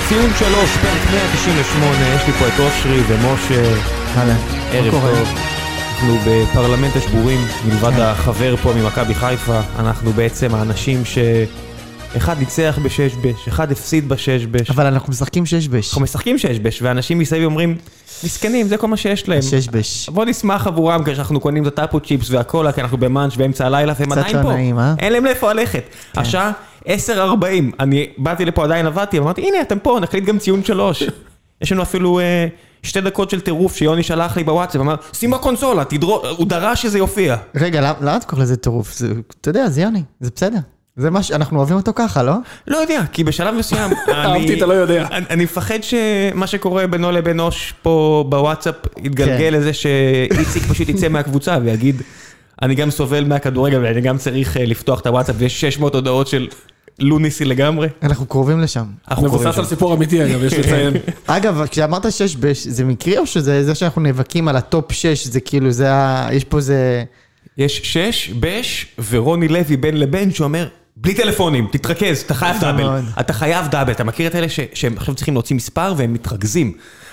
ציון 3, פרק 198, יש לי פה את אושרי ומשה. ערב טוב. אנחנו בפרלמנט השבורים, מלבד החבר פה ממכבי חיפה, אנחנו בעצם האנשים אחד ניצח בשש-בש, אחד הפסיד בשש-בש. אבל אנחנו משחקים שש-בש. אנחנו משחקים שש-בש, ואנשים מסביב אומרים, מסכנים, זה כל מה שיש להם. שש-בש. בוא נשמח עבורם, כשאנחנו קונים את הטאפו צ'יפס והקולה, כי אנחנו במאנץ' באמצע הלילה, והם עדיין פה. אין להם לאיפה ללכת. השעה 10:40, אני באתי לפה, עדיין עבדתי, ואמרתי, הנה, אתם פה, נקליט גם ציון 3. יש לנו אפילו 2 דקות של טירוף שיוני שלח לי בוואטסאפ, אמר, שים בקונסולה, הוא דרש שזה יופיע. רגע, למה אתה קורא לזה טירוף? אתה יודע, זה יוני, זה בסדר. זה מה אנחנו אוהבים אותו ככה, לא? לא יודע, כי בשלב מסוים, אהבתי, אתה לא יודע. אני מפחד שמה שקורה בינו לבין אוש פה בוואטסאפ יתגלגל לזה שאיציק פשוט יצא מהקבוצה ויגיד, אני גם סובל מהכדורגל ואני גם צריך לפתוח את הוואטסאפ ויש 600 הודעות של לוניסי לגמרי. אנחנו קרובים לשם. מבוסס על סיפור אמיתי, אגב, יש לציין. אגב, כשאמרת שש-בש, זה מקרי או שזה זה שאנחנו נאבקים על הטופ 6, זה כאילו, יש פה זה... יש 6, בש ורוני לוי בין לבין שאומר, בלי טלפונים, תתרכז, אתה חייב דאבל. אתה חייב דאבל, אתה מכיר את אלה שהם עכשיו צריכים להוציא מספר והם מתרכזים.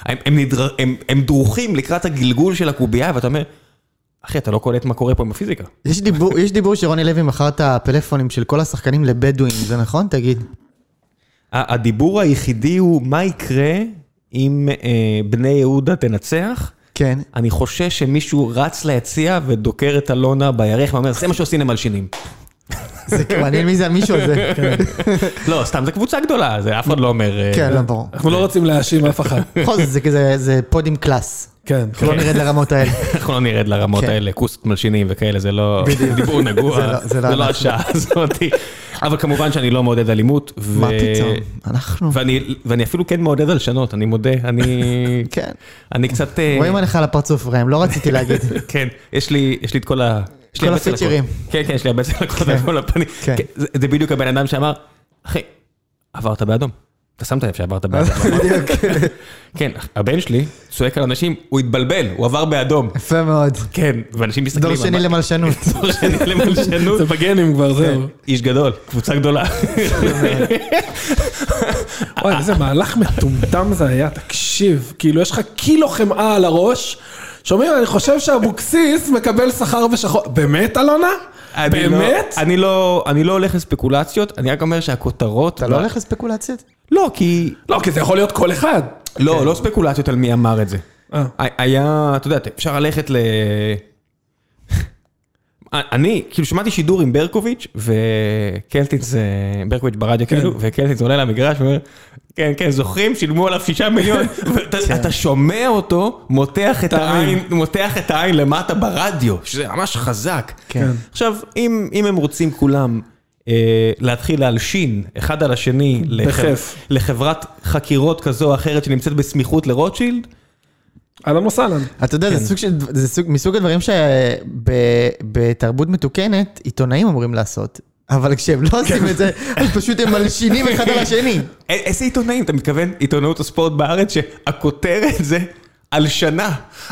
הם דרוכים לקראת הגלגול של הקובייה, ואתה אומר, אחי, אתה לא קולט מה קורה פה עם הפיזיקה. יש דיבור שרוני לוי מכר את הפלאפונים של כל השחקנים לבדואים, זה נכון? תגיד. הדיבור היחידי הוא, מה יקרה אם בני יהודה תנצח? כן. אני חושש שמישהו רץ ליציע ודוקר את אלונה בירך, ואומר, זה מה שעושים למלשינים. זה מעניין מי זה המישהו הזה. לא, סתם, זה קבוצה גדולה, זה אף אחד לא אומר... כן, לא ברור. אנחנו לא רוצים להאשים אף אחד. בכל זאת, זה פודים קלאס. כן. אנחנו לא נרד לרמות האלה. אנחנו לא נרד לרמות האלה, כוסט מלשינים וכאלה, זה לא דיבור נגוע, זה לא השעה הזאת. אבל כמובן שאני לא מעודד אלימות. מה פתאום? אנחנו. ואני אפילו כן מעודד הלשנות, אני מודה, כן. אני קצת... רואים עליך על הפרצוף רם, לא רציתי להגיד. כן, יש לי את כל ה... כל הפיצ'רים. כן, יש לי הרבה צלקות על כל הפנים. זה בדיוק הבן אדם שאמר, אחי, עברת באדום. אתה שמת לב שעברת באדום. כן, הבן שלי צועק על אנשים, הוא התבלבל, הוא עבר באדום. יפה מאוד. כן, ואנשים מסתכלים... דור שני למלשנות. דור שני למלשנות. זה בגנים כבר, זהו. איש גדול, קבוצה גדולה. וואי, איזה מהלך מטומטם זה היה, תקשיב. כאילו, יש לך קילו חמאה על הראש, שאומרים, אני חושב שהבוקסיס מקבל שכר ושחור. באמת, אלונה? באמת? אני לא הולך לספקולציות, אני רק אומר שהכותרות... אתה לא הולך לספקולציות? לא, כי... לא, כי זה יכול להיות כל אחד. לא ספקולציות על מי אמר את זה. היה, אתה יודע, אפשר ללכת ל... אני, כאילו, שמעתי שידור עם ברקוביץ' וקלטיץ, ברקוביץ' ברדיו כאילו, וקלטיץ עולה למגרש ואומר, כן, זוכרים, שילמו עליו 6 מיליון, ואתה שומע אותו, מותח את העין למטה ברדיו, שזה ממש חזק. עכשיו, אם הם רוצים כולם להתחיל להלשין אחד על השני לחברת חקירות כזו או אחרת שנמצאת בסמיכות לרוטשילד, אהלן וסהלן. אתה יודע, זה מסוג הדברים שבתרבות מתוקנת, עיתונאים אמורים לעשות. אבל כשהם לא עושים את זה, אז פשוט הם מלשינים אחד על השני. איזה עיתונאים? אתה מתכוון עיתונאות הספורט בארץ שהכותרת זה על שנה.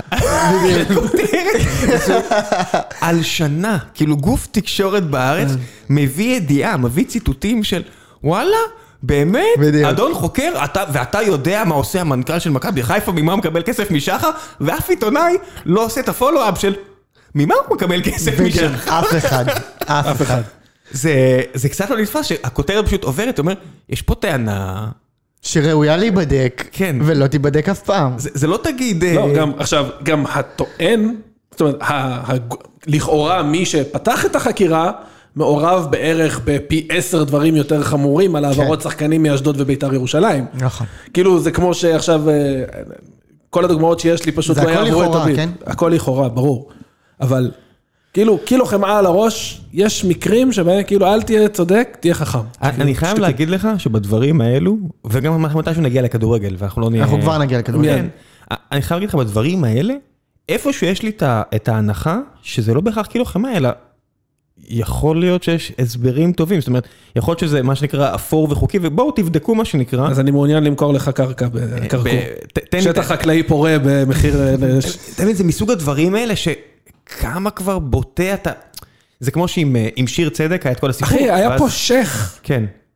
על שנה. כאילו גוף תקשורת בארץ מביא ידיעה, מביא ציטוטים של וואלה, באמת? אדון חוקר, ואתה יודע מה עושה המנכ"ל של מכבי חיפה, ממה הוא מקבל כסף משחר, ואף עיתונאי לא עושה את הפולו-אפ של ממה הוא מקבל כסף משחר. אף אחד. זה קצת לא נתפס, שהכותרת פשוט עוברת, אומר, יש פה טענה... שראויה להיבדק, ולא תיבדק אף פעם. זה לא תגיד... לא, עכשיו, גם הטוען, זאת אומרת, לכאורה מי שפתח את החקירה, מעורב בערך בפי 10 דברים יותר חמורים על העברות שחקנים מאשדוד וביתר ירושלים. נכון. כאילו זה כמו שעכשיו, כל הדוגמאות שיש לי פשוט לא יעברו את הביט. הכל לכאורה, ברור. אבל כאילו חמאה על הראש, יש מקרים שבהם כאילו אל תהיה צודק, תהיה חכם. אני חייב להגיד לך שבדברים האלו, וגם מתי שנגיע לכדורגל, אנחנו כבר נגיע לכדורגל. אני חייב להגיד לך בדברים האלה, איפה שיש לי את ההנחה, שזה לא בהכרח כאילו חמאה, אלא יכול להיות שיש הסברים טובים, זאת אומרת, יכול להיות שזה מה שנקרא אפור וחוקי, ובואו תבדקו מה שנקרא. אז אני מעוניין למכור לך קרקע בקרקור. שטח חקלאי פורה במחיר... תמיד זה מסוג הדברים האלה שכמה כבר בוטה אתה... זה כמו שעם שיר צדק היה את כל הסיפור. אחי, היה פה שייך. כן.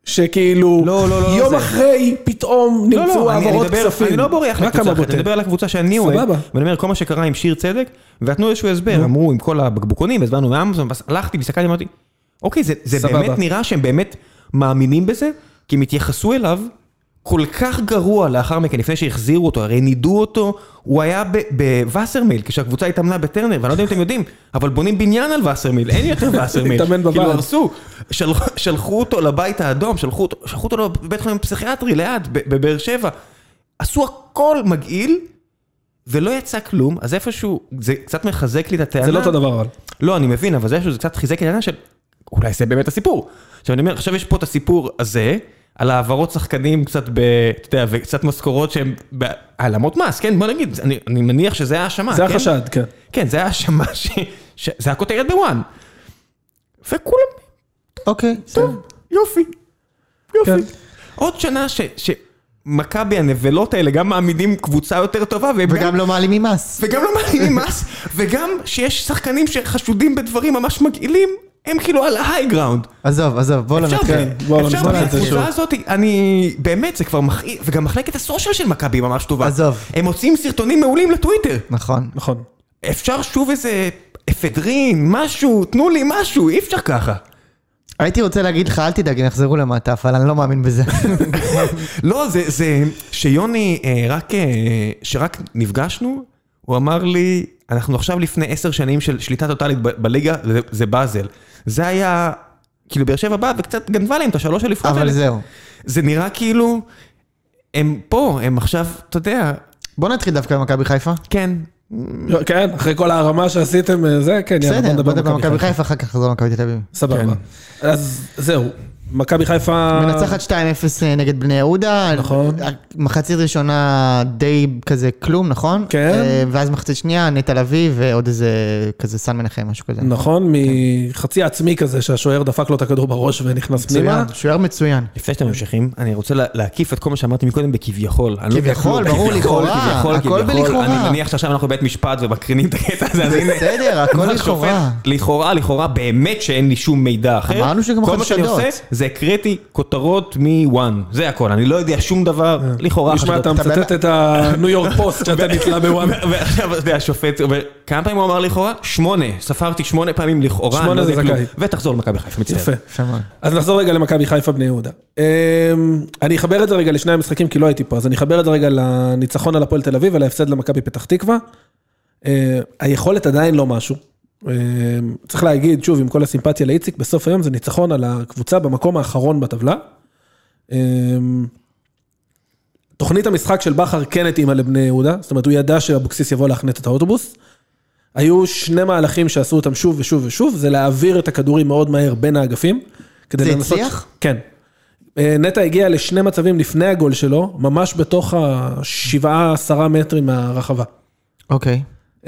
שכאילו יום אחרי פתאום נמצאו העברות כספים. אני לא בורח לקבוצה אחת, אני מדבר על הקבוצה שאני אוהב, ואני אומר, כל מה שקרה עם שיר צדק, ונתנו איזשהו הסבר, אמרו עם כל הבקבוקונים, הסברנו מאמזון, הלכתי והסתכלתי, אמרתי, אוקיי, זה באמת נראה שהם באמת מאמינים בזה, כי הם התייחסו אליו כל כך גרוע לאחר מכן, לפני שהחזירו אותו, הרי נידו אותו, הוא היה בווסרמיל, כשהקבוצה התאמנה בטרנר, ואני לא יודע אם אתם יודעים, אבל בונים בניין על ווסרמיל, אין יותר ווסרמיל. כאילו הרסו, שלחו אותו לבית האדום, שלחו אותו לבית חולים פסיכיאטרי ליד, בבאר שבע. עשו הכל מגעיל, ולא יצא כלום, אז איפשהו, זה קצת מחזק לי את הטענה. זה לא אותו דבר, אבל. לא, אני מבין, אבל זה איפשהו, זה קצת חיזק לי את הטענה של, אולי זה באמת הסיפור. עכשיו אני אומר, עכשיו יש פה את הסיפור הזה, על העברות שחקנים קצת אתה יודע, וקצת משכורות שהן בהעלמות מס, כן? בוא נגיד, אני מניח שזה האשמה. זה החשד, כן. כן, זה האשמה זה הכותרת בוואן. וכולם... אוקיי. טוב, יופי. עוד שנה שמכבי הנבלות האלה גם מעמידים קבוצה יותר טובה, וגם לא מעלימים מס. וגם שיש שחקנים שחשודים בדברים ממש מגעילים, הם כאילו על ההייגראונד. עזוב, בוא נתחיל. אפשר בקבוצה הזאת, אני באמת, זה כבר מכעיל, וגם מחלקת הסושיאל של מכבי ממש טובה. עזוב. הם מוצאים סרטונים מעולים לטוויטר. נכון. אפשר שוב איזה אפדרין, משהו, תנו לי משהו, אי אפשר ככה. הייתי רוצה להגיד לך, אל תדאג, נחזרו למטה, אבל אני לא מאמין בזה. לא, זה שיוני, שרק נפגשנו, הוא אמר לי, אנחנו עכשיו לפני 10 שנים של שליטה טוטלית בליגה, זה באזל. זה היה, כאילו באר שבע בא, וקצת גנבה להם את 3 אליפויות האלה. אבל זהו. זה נראה כאילו, הם פה, הם עכשיו, אתה יודע... בוא נתחיל דווקא במכבי חיפה. כן. כן, אחרי כל הרמה שעשיתם, זה, כן, בסדר, בוא נדבר במכבי חיפה, אחר כך חזור במכבי תל אביב. סבבה. אז זהו. מכבי חיפה... מנצחת 2-0 נגד בני יהודה. נכון. מחצית ראשונה די כזה כלום, נכון? כן. ואז מחצית שנייה, נטע לביא ועוד איזה כזה סן מנחם, משהו כזה. נכון, מחצי עצמי כזה שהשוער דפק לו את הכדור בראש ונכנס פנימה. שוער מצוין. לפני שאתם ממשיכים, אני רוצה להקיף את כל מה שאמרתי מקודם בכביכול. כביכול, ברור, לכאורה. הכל בלכאורה. אני מניח שעכשיו אנחנו בבית משפט ומקרינים את הקטע הזה. בסדר, הכל לכאורה. באמת שאין לי שום מידע אחר. אמרנו שגם חדשדות. זה הקראתי כותרות מוואן, זה הכל, אני לא יודע שום דבר, לכאורה. נשמע, אתה מצטט את הניו יורק פוסט שאתה נתלה בוואן. ועכשיו, אתה יודע, השופט, כמה פעמים הוא אמר לכאורה? 8, ספרתי 8 פעמים לכאורה. 8 זה זכאי. ותחזור למכבי חיפה, מצטער. יפה. אז נחזור רגע למכבי חיפה בני יהודה. אני אחבר את זה רגע לשני המשחקים, כי לא הייתי פה, אז אני אחבר את זה רגע לניצחון על הפועל תל אביב, ולהפסד למכבי פתח תקווה. היכולת עדיין לא משהו. צריך להגיד, שוב, עם כל הסימפתיה לאיציק, בסוף היום זה ניצחון על הקבוצה במקום האחרון בטבלה. תוכנית המשחק של בכר כן התאימה לבני יהודה, זאת אומרת, הוא ידע שאבוקסיס יבוא להכנת את האוטובוס. היו 2 מהלכים שעשו אותם שוב ושוב ושוב, זה להעביר את הכדורים מאוד מהר בין האגפים. זה הצליח? כן. נטע הגיע ל2 מצבים לפני הגול שלו, ממש בתוך 7-10 מטרים מהרחבה. אוקיי.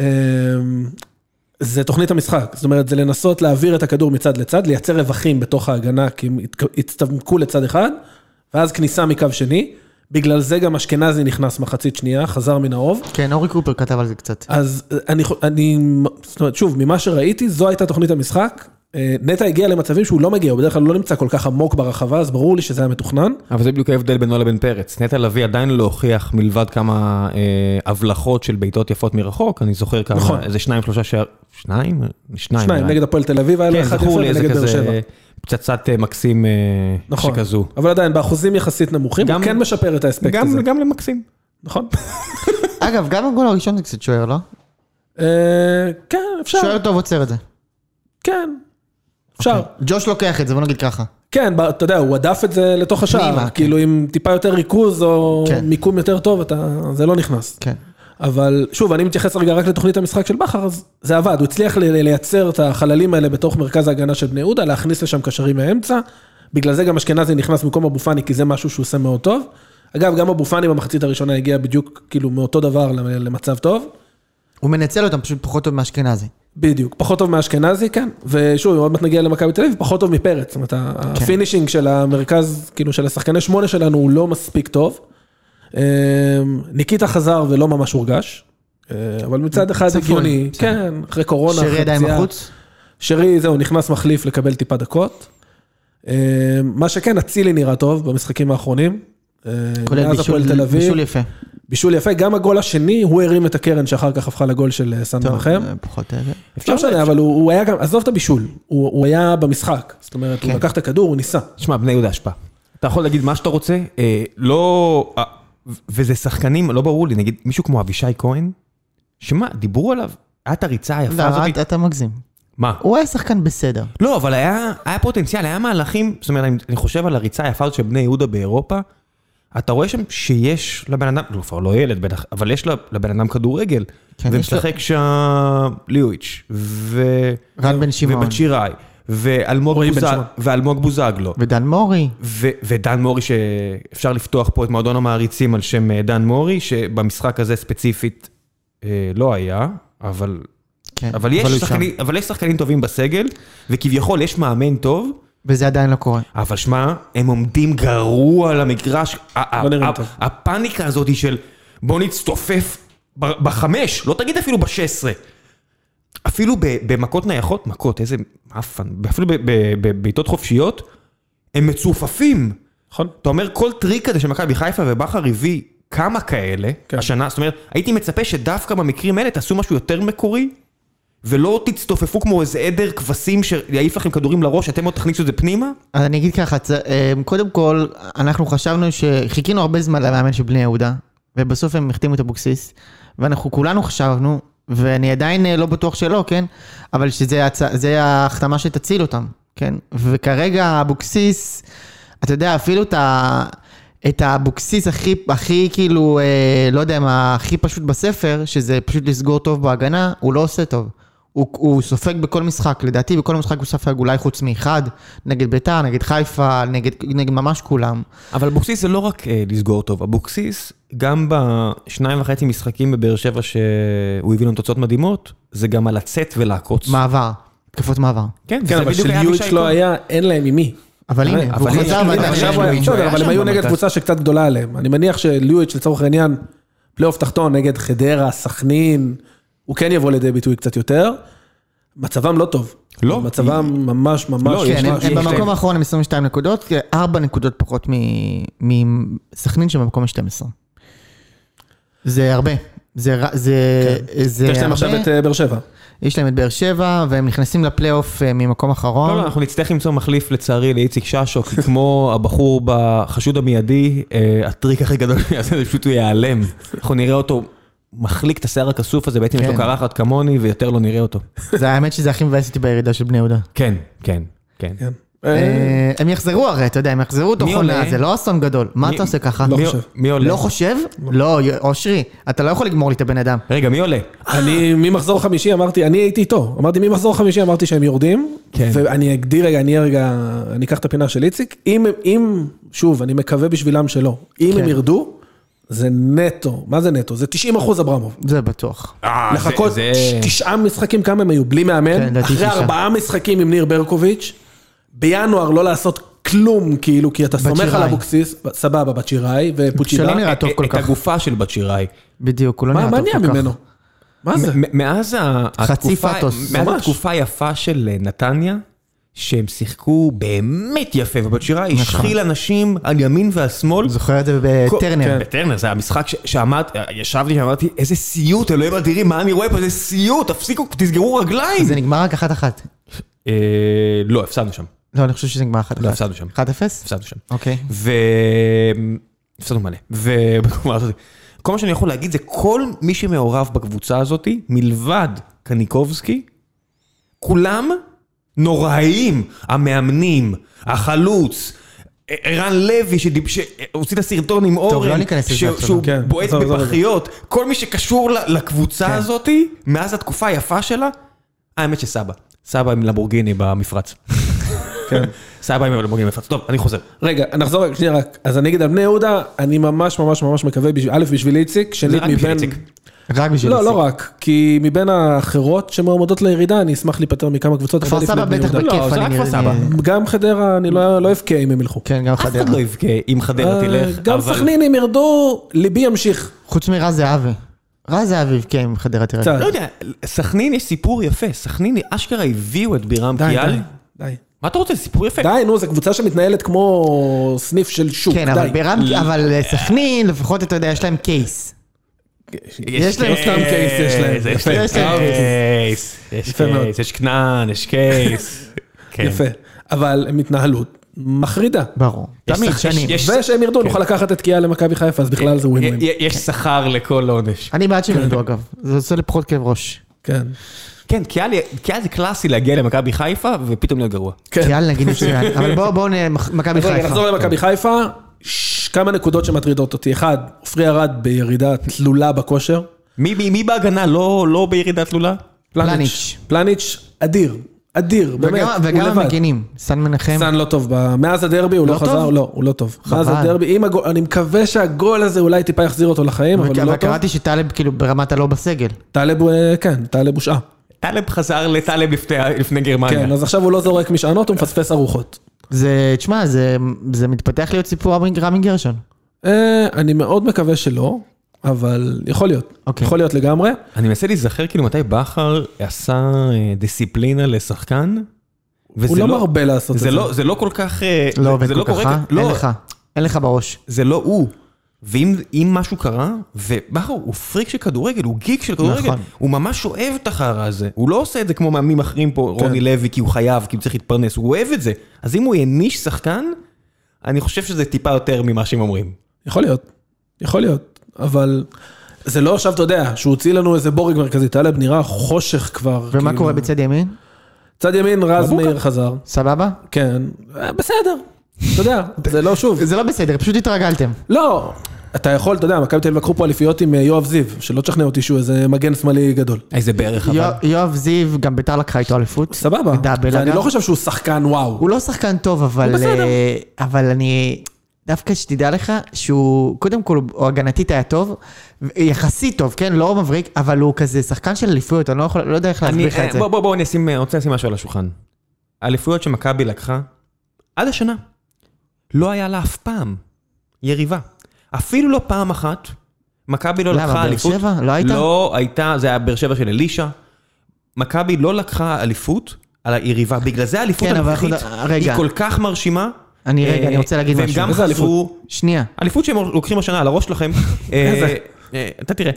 זה תוכנית המשחק, זאת אומרת, זה לנסות להעביר את הכדור מצד לצד, לייצר רווחים בתוך ההגנה, כי הם הצטמקו לצד אחד, ואז כניסה מקו שני, בגלל זה גם אשכנזי נכנס מחצית שנייה, חזר מן האוב. כן, אורי קופר כתב על זה קצת. אז זאת אומרת, שוב, ממה שראיתי, זו הייתה תוכנית המשחק, נטע הגיע למצבים שהוא לא מגיע, הוא בדרך כלל לא נמצא כל כך עמוק ברחבה, אז ברור לי שזה היה מתוכנן. אבל זה בדיוק ההבדל בינו לבין פרץ. נטע לביא עדיין לא הוכיח מלבד כמה הבלחות של בעיטות יפות מרחוק, אני זוכר כמה, איזה 2-3 שער, 2? 2 נגד הפועל תל אביב, היה לו 1-0 נגד באר שבע. פצצת מקסים שכזו. אבל עדיין, באחוזים יחסית נמוכים, הוא כן משפר את האספקט הזה. גם למקסים. נכון. אגב, גם הגול הראשון זה קצת שוער, לא? כן, אפשר. שוער טוב עוצר את זה. כן. אפשר. ג'וש לוקח את זה, בוא נגיד ככה. כן, אתה יודע, הוא עדף את זה לתוך השער, כאילו עם טיפה יותר ריכוז או מיקום יותר טוב, זה לא נכנס. כן. אבל שוב, אני מתייחס רגע רק לתוכנית המשחק של בכר, אז זה עבד, הוא הצליח לייצר את החללים האלה בתוך מרכז ההגנה של בני יהודה, להכניס לשם קשרים מהאמצע, בגלל זה גם אשכנזי נכנס במקום אבו פאני, כי זה משהו שהוא עושה מאוד טוב. אגב, גם אבו פאני במחצית הראשונה הגיע בדיוק כאילו מאותו דבר למצב טוב. הוא מנצל אותם פשוט פחות טוב מאשכנזי. בדיוק, פחות טוב מאשכנזי, כן, ושוב, עוד מעט נגיע למכבי תל אביב, פחות טוב מפרץ, זאת אומרת, הפינישינג של המרכז, כאילו של השחקני 8 שלנו, הוא לא מספיק טוב, ניקיטה חזר ולא ממש הורגש, אבל מצד אחד הגיוני, כן, אחרי קורונה, שרי עדיין מחוץ? שרי, זהו, נכנס מחליף לקבל טיפה דקות, מה שכן, אצילי נראה טוב במשחקים האחרונים. כולל בישול יפה. בישול יפה, גם הגול השני, הוא הרים את הקרן שאחר כך הפכה לגול של סן מנחם. פחות אפשר שנה, אבל הוא היה גם, עזוב את הבישול, הוא היה במשחק. זאת אומרת, הוא לקח את הכדור, הוא ניסה. תשמע, בני יהודה השפעה. אתה יכול להגיד מה שאתה רוצה, לא, וזה שחקנים, לא ברור לי, נגיד מישהו כמו אבישי כהן, שמה, דיברו עליו, היה את הריצה היפה הזאת. אתה מגזים. מה? הוא היה שחקן בסדר. לא, אבל היה פוטנציאל, היה מהלכים, זאת אומרת, אני חושב על הריצה היפה הזאת של בני יהודה באירופה, אתה רואה שם שיש לבן אדם, לא, כבר לא ילד בטח, אבל יש לבן אדם כדורגל, ומשחק שם ליואיץ' רן בן שמעון. ובת שיראי, ואלמוג בוזגלו. ודן מורי. ודן מורי, שאפשר לפתוח פה את מועדון המעריצים על שם דן מורי, שבמשחק הזה ספציפית לא היה, אבל יש שחקנים טובים בסגל, וכביכול יש מאמן טוב, וזה עדיין לא קורה. אבל שמה, הם עומדים גרוע על המגרש, הפאניקה הזאת של בוא נצטופף ב5, לא תגיד אפילו ב16, אפילו במכות נייחות, מכות, איזה מאפן, אפילו בבעיטות חופשיות, הם מצופפים. נכון. אתה אומר, כל טריק כזה שמכבי חיפה ובחר הביא כמה כאלה, השנה, זאת אומרת, הייתי מצפה שדווקא במקרים האלה תעשו משהו יותר מקורי, ולא תצטופפו כמו איזה עדר כבשים שיעיף לכם כדורים לראש, אתם עוד תכניסו את זה פנימה? אז אני אגיד ככה, קודם כל, אנחנו חשבנו שחיכינו הרבה זמן למאמן של בני יהודה, ובסוף הם החתימו את אבוקסיס, ואנחנו כולנו חשבנו, ואני עדיין לא בטוח שלא, כן? אבל שזה ההחתמה שתציל אותם, כן? וכרגע אבוקסיס, אתה יודע, אפילו את האבוקסיס הכי כאילו, לא יודע מה, הכי פשוט בספר, שזה פשוט לסגור טוב בהגנה, הוא לא עושה טוב. הוא סופג בכל משחק, לדעתי בכל משחק הוא סופג אולי חוץ מאחד, נגד ביתר, נגד חיפה, נגד ממש כולם. אבל אבוקסיס זה לא רק לסגור טוב, אבוקסיס גם ב2.5 משחקים בבאר שבע שהוא הביא לנו תוצאות מדהימות, זה גם על לצאת ולעקוץ. מעבר, תקפות מעבר. כן, אבל של ליואיץ' לא היה, אין להם עם מי. אבל הנה, הוא חזר אבל הם היו נגד קבוצה שקצת גדולה עליהם. אני מניח שליואיץ' לצורך העניין, פלייאוף תחתון נגד חדרה, סכנין, הוא כן יבוא לידי ביטוי קצת יותר. מצבם לא טוב. לא. מצבם ממש. הם במקום האחרון עם 22 נקודות, 4 נקודות פחות מסכנין שבמקום 12. זה הרבה. יש להם עכשיו את באר שבע. יש להם את באר שבע, והם נכנסים לפלייאוף ממקום אחרון. לא, אנחנו נצטרך למצוא מחליף לצערי לאיציק ששו, כי כמו הבחור בחשוד המיידי, הטריק הכי גדול זה פשוט הוא ייעלם. אנחנו נראה אותו מחליק את השיער הכסוף הזה, בעצם יש לו קרחת כמוני, ויותר לא נראה אותו. זה האמת שזה הכי מבאס אותי בירידה של בני יהודה. כן. הם יחזרו הרי, אתה יודע, הם יחזרו תוך עונה, זה לא אסון גדול. מה אתה עושה ככה? מי עולה? לא חושב? לא, אושרי, אתה לא יכול לגמור לי את הבן אדם. רגע, מי עולה? אני ממחזור חמישי אמרתי, אני הייתי איתו, אמרתי ממחזור חמישי אמרתי שהם יורדים, ואני אגדיר רגע, אני אקח את הפינה של איציק, אם, שוב, אני מקווה בשבילם שלא, אם הם ירדו, זה נטו, מה זה נטו? זה 90% אברמוב. זה בטוח. לחכות 9 משחקים כמה הם היו, בלי מאמן, אחרי 4 משחקים עם ניר ברקוביץ', בינואר לא לעשות כלום, כאילו, כי אתה סומך על אבוקסיס, סבבה, בת שיראי ופוצ'יבה. שלא נראה טוב כל כך. את הגופה של בת שיראי. בדיוק, הוא לא נראה טוב כל כך. מה נהיה ממנו? מה זה? מאז התקופה היפה של נתניה, שהם שיחקו באמת יפה, ובת שיראי השחיל אנשים על ימין ועל שמאל. זוכר את זה בטרנר. בטרנר, זה המשחק ישבתי ואמרתי, איזה סיוט, אלוהים אדירים, מה אני רואה פה, איזה סיוט, תפסיקו, תסגרו רגליים. זה נגמר רק 1-1. לא, הפסדנו שם. לא, אני חושב שזה נגמר 1-1. לא, הפסדנו שם. 1-0? הפסדנו שם. אוקיי. הפסדנו מלא. כל מה שאני יכול להגיד זה, כל מי שמעורב בקבוצה הזאת, מלבד קניקובסקי, כולם נוראיים, המאמנים, החלוץ, ערן לוי שהוציא את הסרטון עם אורן, שהוא בועט בפחיות, כל מי שקשור לקבוצה הזאת, מאז התקופה היפה שלה, האמת שסבא. סבא עם לבורגיני במפרץ. סבא עם לבורגיני במפרץ. טוב, אני חוזר. רגע, נחזור שנייה רק. אז אני אגיד על בני יהודה, אני ממש מקווה, א' בשביל איציק, שנית מבין... רק בשביל איציק. לא רק, כי מבין האחרות שמועמדות לירידה, אני אשמח להיפטר מכמה קבוצות. כפר סבא בטח בכיף. לא, זה רק כפר סבא. גם חדרה, אני לא אבכה אם הם ילכו. כן, גם חדרה. אף אחד לא אבכה אם חדרה תלך. גם סכנין אם ירדו, ליבי ימשיך. חוץ מרז זהבי. רז זהבי הבקע עם חדרה תראה. לא יודע, סכנין יש סיפור יפה, סכנין אשכרה הביאו את בירם קיאל. די. מה אתה רוצה? סיפור יפה. די, נו, זו קבוצה שמתנהלת כמו סניף של שוק. כן, אבל סכנין, לפחות אתה יודע, יש להם קייס. יש להם סתם קייס, יש להם. יש להם קייס. יש קייס, יש קנן, יש קייס. יפה. אבל הם התנהלות מחרידה. ברור. תמיד שנים. ושהם ירדו, נוכל לקחת את קיאה למכבי חיפה, אז בכלל זה ווין. יש שכר לכל עונש. אני בעד שהם ירדו אגב. זה עושה לי פחות כאב ראש. כן. כן, קיאה זה קלאסי להגיע למכבי חיפה ופתאום להיות גרוע. קיאה נגיד מצוין. אבל בואו נהיה מכבי חיפה. נחזור למכבי חיפה. כמה נקודות שמטרידות אותי. אחד, עופרי ארד בירידה תלולה בכושר. מי בהגנה לא בירידה תלולה? פלניץ'. פלניץ' אדיר. אדיר, באמת. וגם המגינים. סן מנחם. סן לא טוב. מאז הדרבי הוא לא חזר. לא, הוא לא טוב. מאז הדרבי, אני מקווה שהגול הזה אולי טיפה יחזיר אותו לחיים, אבל הוא לא טוב. וקראתי שטלב כאילו ברמת הלא בסגל. טלב, כן, טלב הוא שעה. טלב חזר לטלב לפני גרמניה. כן, אז עכשיו הוא לא זורק משענות, הוא מפספס ארוחות. תשמע, זה מתפתח להיות סיפור רמי גרשון. אני מאוד מקווה שלא, אבל יכול להיות. יכול להיות לגמרי. אני מנסה להיזכר כאילו מתי בכר עשה דיסציפלינה לשחקן. הוא לא מרבה לעשות את זה. זה לא כל כך... לא עובד כל כך, אין לך בראש. זה לא הוא. ואם משהו קרה, ובכר הוא פריק של כדורגל, הוא גיק של כדורגל, הוא ממש אוהב את החרא הזה. הוא לא עושה את זה כמו מאמנים אחרים פה, רוני לוי, כי הוא חייב, כי הוא צריך להתפרנס, הוא אוהב את זה. אז אם הוא יניש שחקן, אני חושב שזה טיפה יותר ממה שהם אומרים. יכול להיות, אבל זה לא עכשיו, אתה יודע, שהוא הוציא לנו איזה בורג מרכזי, טלב נראה חושך כבר. ומה קורה בצד ימין? צד ימין, רז מאיר חזר. סבבה? כן, בסדר. אתה יודע, זה לא שוב. זה לא בסדר, פשוט התרגלתם. לא, אתה יכול, אתה יודע, מכבי תל אביב לקחו פה אליפויות עם יואב זיו, שלא תשכנע אותי שהוא איזה מגן שמאלי גדול. איזה בערך אבל. יואב זיו, גם ביתר לקחה איתו אליפות. סבבה, ואני לא חושב שהוא שחקן וואו. הוא לא שחקן טוב, אבל אני... דווקא שתדע לך שהוא, קודם כל, הוא הגנתית היה טוב, יחסית טוב, כן? לא מבריק, אבל הוא כזה שחקן של אליפויות, אני לא יודע איך להסביר לך את זה. בוא, אני רוצה לשים משהו על השולחן. האליפויות שמכבי לקחה, עד השנה, לא היה לה אף פעם יריבה. אפילו לא פעם אחת, מכבי לא לקחה אליפות. למה, באר שבע? לא הייתה? לא הייתה, זה היה באר שבע של אלישה. מכבי לא לקחה אליפות על היריבה, בגלל זה האליפות הנוכחית היא כל כך מרשימה. אני רוצה להגיד משהו. והם גם חזרו... שנייה. אליפות שהם לוקחים השנה על הראש שלכם. אתה תראה.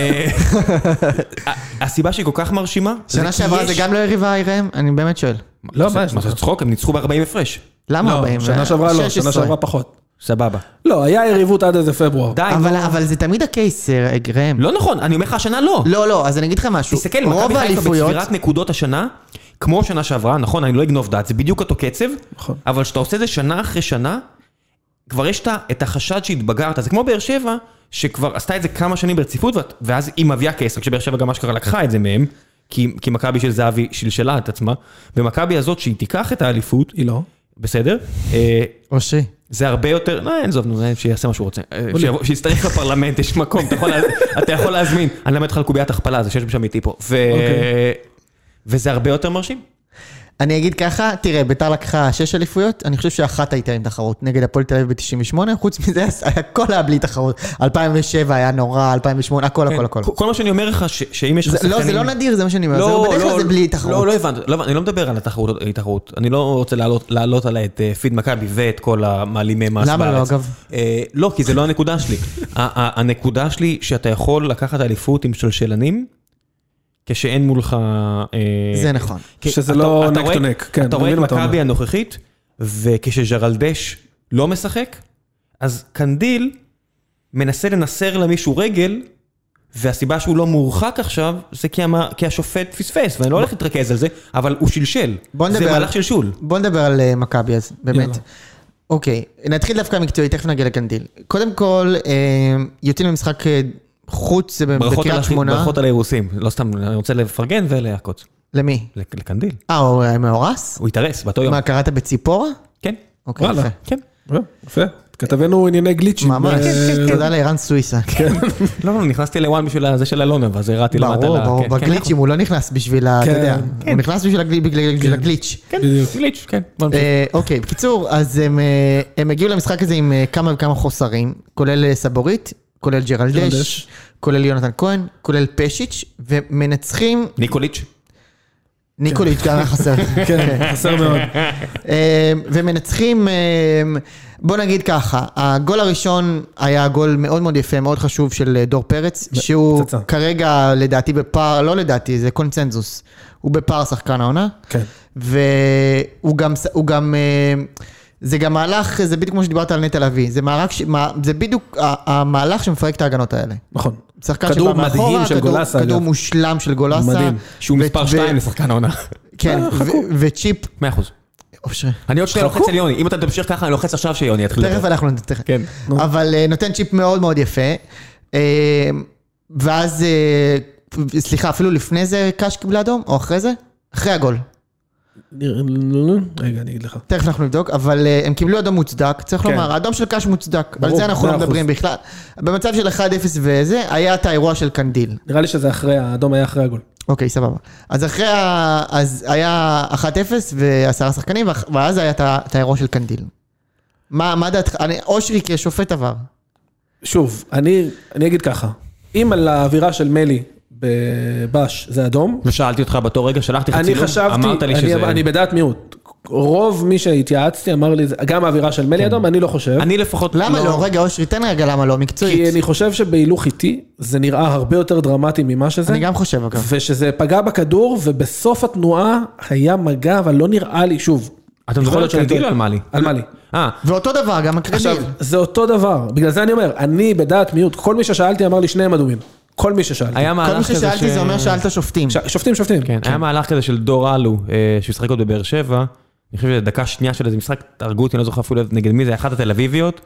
הסיבה שהיא כל כך מרשימה... שנה שעברה זה גם לא יריבה, ראם? אני באמת שואל. לא, מה זה צחוק? הם ניצחו ב-40 הפרש. למה 40? שנה שעברה לא, שנה שעברה פחות. סבבה. לא, היה יריבות עד איזה פברואר. די. אבל זה תמיד הקייס, ראם. לא נכון, אני אומר לך השנה לא. לא, אז אני אגיד לך משהו. תסתכל, מכבי חיפה בספירת נקודות השנה, כמו שנה שעברה, נכון, אני לא אגנוב דעת, זה בדיוק אותו קצב, אבל שאתה עושה את זה שנה אחרי שנה, כבר יש את החשד שהתבגרת, זה כמו באר שבע, שכבר עשתה את זה כמה שנים ברציפות, ואז היא מביאה כסף, רק שבאר שבע גם אשכרה לקחה את זה מהם, כי מכבי של זהבי שלשלה את עצמה, במכבי הזאת שהיא תיקח את האליפות, היא לא. בסדר? או שהיא. זה הרבה יותר, לא, אין זוב, שיעשה מה שהוא רוצה. שיסתריך בפרלמנט, יש מקום, אתה יכול להזמין. אני למד לך על קוביית הכפלה, זה שיש שם איתי פה. וזה הרבה יותר מרשים. אני אגיד ככה, תראה, ביתר לקחה 6 אליפויות, אני חושב שאחת הייתה עם תחרות, נגד הפועל תל אביב ב-98, חוץ מזה, הכל היה בלי תחרות. 2007 היה נורא, 2008, הכל. כל מה שאני אומר לך, שאם יש לך שחקנים... לא, זה לא נדיר, זה מה שאני אומר, בדרך כלל זה בלי תחרות. לא הבנתי, אני לא מדבר על התחרות, אני לא רוצה להעלות עליה את פיד מכבי ואת כל המעלימי מס בארץ. למה לא, אגב? לא, כי זה לא הנקודה שלי. הנקודה שלי, שאתה יכול לקחת אליפות עם שלשלנים, כשאין מולך... זה נכון. שזה לא נק טו נק. אתה רואה את מכבי הנוכחית, וכשז'רלדש לא משחק, אז קנדיל מנסה לנסר למישהו רגל, והסיבה שהוא לא מורחק עכשיו, זה כי השופט פספס, ואני לא הולך להתרכז על זה, אבל הוא שלשל. זה מהלך שלשול. בוא נדבר על מכבי אז, באמת. אוקיי, נתחיל דווקא המקצועי, תכף נגיע לקנדיל. קודם כל, יוצאים למשחק... חוץ זה בקריית שמונה. ברכות על האירוסים, לא סתם, אני רוצה לפרגן ולהקוץ. למי? לקנדיל. הוא מאורס? הוא התארס באותו יום. מה, קראת בציפורה? כן. אוקיי, יפה. כן. יפה. כתבנו ענייני גליצ'ים. ממש, תודה לאירן סוויסה. לא, נכנסתי לוואן בשביל זה של אלונה, ואז הראתי למטה. ברור, בגליצ'ים הוא לא נכנס בשביל, אתה יודע, הוא נכנס בשביל הגליץ'. כן, גליץ', כן. אוקיי, בקיצור, אז הם הגיעו למשחק הזה עם כמה וכמה חוסרים, כולל סבורית, כולל ג'רלדש, כולל יונתן כהן, כולל פשיץ', ומנצחים... ניקוליץ' גם חסר. כן, חסר מאוד. ומנצחים, בוא נגיד ככה, הגול הראשון היה גול מאוד מאוד יפה, מאוד חשוב של דור פרץ, שהוא כרגע לדעתי בפער, לא לדעתי, זה קונצנזוס, הוא בפער שחקן העונה, והוא גם, זה גם מהלך, זה בדיוק כמו שדיברת על נטע לביא, זה בדיוק המהלך שמפרק את ההגנות האלה. נכון. כדור מדהים של גולסה. כדור מושלם של גולסה. מדהים. שהוא מספר 2 לשחקן העונה. כן, וצ'יפ. 100%. אושרי. אני עוד שנייה לוחץ על יוני, אם אתה תמשיך ככה, אני לוחץ עכשיו שיוני יתחיל. תכף אנחנו נתחיל. כן. אבל נותן צ'יפ מאוד מאוד יפה. ואז, סליחה, אפילו לפני זה קאש קיבלה אדום, או אחרי זה? אחרי הגול. רגע, אני אגיד לך. תכף אנחנו נבדוק, אבל הם קיבלו אדום מוצדק, צריך לומר, האדום של קאש מוצדק, על זה אנחנו לא מדברים בכלל. במצב של 1-0 וזה, היה את האירוע של קנדיל. נראה לי שזה אחרי, האדום היה אחרי הגול. אוקיי, סבבה. אז אז היה 1-0 ו10 שחקנים, ואז היה את האירוע של קנדיל. מה דעתך? אושרי כשופט עבר. שוב, אני אגיד ככה, אם על האווירה של מלי, בבש, זה אדום. ושאלתי אותך באותו רגע, שלחתי לך צילום, אמרת לי שזה... אני בדעת מיעוט. רוב מי שהתייעצתי אמר לי, גם האווירה של מלי אדום, אני לא חושב. אני לפחות לא... למה לא? רגע, אושרי, תן רגע למה לא, מקצועית. כי אני חושב שבהילוך איתי, זה נראה הרבה יותר דרמטי ממה שזה. אני גם חושב, אגב. ושזה פגע בכדור, ובסוף התנועה היה מגע, אבל לא נראה לי, שוב. אתה מדבר על קנדיל או על מלי? על מלי. ואותו דבר, גם הקנדיל. עכשיו, זה אותו דבר. בגלל זה אני אומר, אני בדעת מיעוט, כל מי ששאלתי אמר לי שניהם אדומים. כל מי ששאלתי. כל מי ששאלתי זה אומר שאלת שופטים. שופטים. כן, היה מהלך כזה של דור אלו, שמשחק עוד בבאר שבע, אני חושב שדקה שנייה של איזה משחק, תרגו אותי, אני לא זוכר אפילו נגד מי, זה אחת התל אביביות,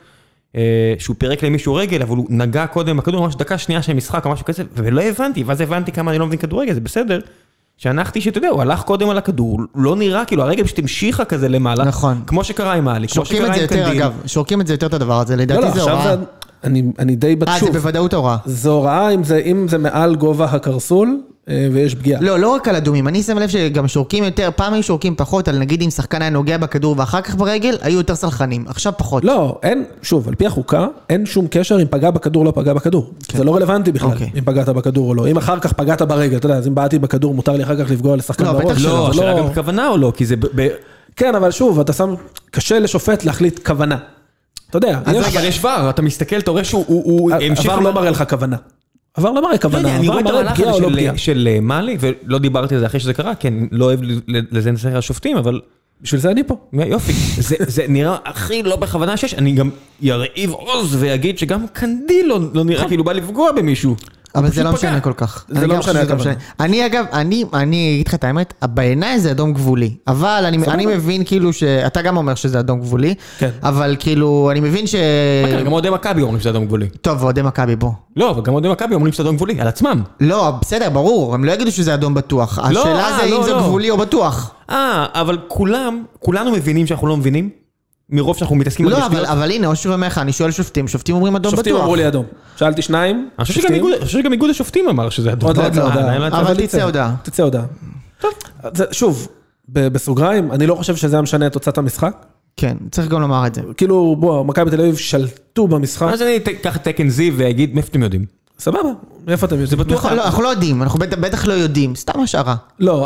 שהוא פירק למישהו רגל, אבל הוא נגע קודם, הכדור ממש דקה שנייה של משחק או משהו כזה, ולא הבנתי, ואז הבנתי כמה אני לא מבין כדורגל, זה בסדר. שהנחתי שאתה יודע, הוא הלך קודם על הכדור, לא נראה, כאילו הרגל פשוט המשיכה כזה למעלה, נכון. כמו שקרה עם מעלי, כמו שקרה עם קנדיל. אגב, שורקים את זה יותר את הדבר הזה, לדעתי זה הוראה. אני די בטוח. זה בוודאות הוראה. זו הוראה אם זה מעל גובה הקרסול, ויש פגיעה. לא רק על אדומים, אני שם לב שגם שורקים יותר, פעם היו שורקים פחות, על נגיד אם שחקן היה נוגע בכדור ואחר כך ברגל, היו יותר סלחנים, עכשיו פחות. לא, אין, שוב, על פי החוקה, אין שום קשר אם פגע בכדור, לא פגע בכדור. זה לא רלוונטי בכלל, אם פגעת בכדור או לא. אם אחר כך פגעת ברגל, אתה יודע, אז אם בעתי בכדור, מותר לי אחר כך לפגוע לשחקן בראש. לא, השאלה גם כוונה או לא, כי זה... כן, אבל שוב, אתה שם, קשה לשופט להחליט כוונה. אתה יודע, אבל יש ור, אתה מסתכל, אתה רואה שהוא... עבר לא מראה לך כוונה. עבר לא מראה כוונה, אני רואה את המהלך פגיעה או לא פגיעה. של מעלי, ולא דיברתי על זה אחרי שזה קרה, כי אני לא אוהב לזה נסחר השופטים, אבל... בשביל זה אני פה. יופי, זה נראה הכי לא בכוונה שיש, אני גם ירעיב עוז ויגיד שגם קנדיל לא נראה כאילו בא לפגוע במישהו. אבל זה לא משנה כל כך. זה לא משנה. אני אגב, אני אגיד לך את האמת, בעיניי זה אדום גבולי, אבל אני מבין כאילו שאתה גם אומר שזה אדום גבולי, אבל כאילו אני מבין ש... גם אוהדי מכבי אומרים שזה אדום גבולי. טוב, אוהדי מכבי בוא. לא, אבל גם אוהדי מכבי אומרים שזה אדום גבולי, על עצמם. לא, בסדר, ברור, הם לא יגידו שזה אדום בטוח. השאלה זה אם זה גבולי או בטוח. אבל כולנו מבינים שאנחנו לא מבינים. מרוב שאנחנו מתעסקים... לא, אבל הנה, אושרי אומר לך, אני שואל שופטים, שופטים אומרים אדום בטוח. שופטים אמרו לי אדום. שאלתי שניים. אני חושב שגם איגוד השופטים אמר שזה אדום. אבל תצא הודעה. תצא הודעה. טוב. שוב, בסוגריים, אני לא חושב שזה משנה את תוצאת המשחק. כן, צריך גם לומר את זה. כאילו, בוא, מכבי תל אביב שלטו במשחק. אז אני אקח תקן זיו ואגיד, מאיפה אתם יודעים? סבבה, מאיפה אתם יודעים? אנחנו לא יודעים, אנחנו בטח לא יודעים, סתם השערה.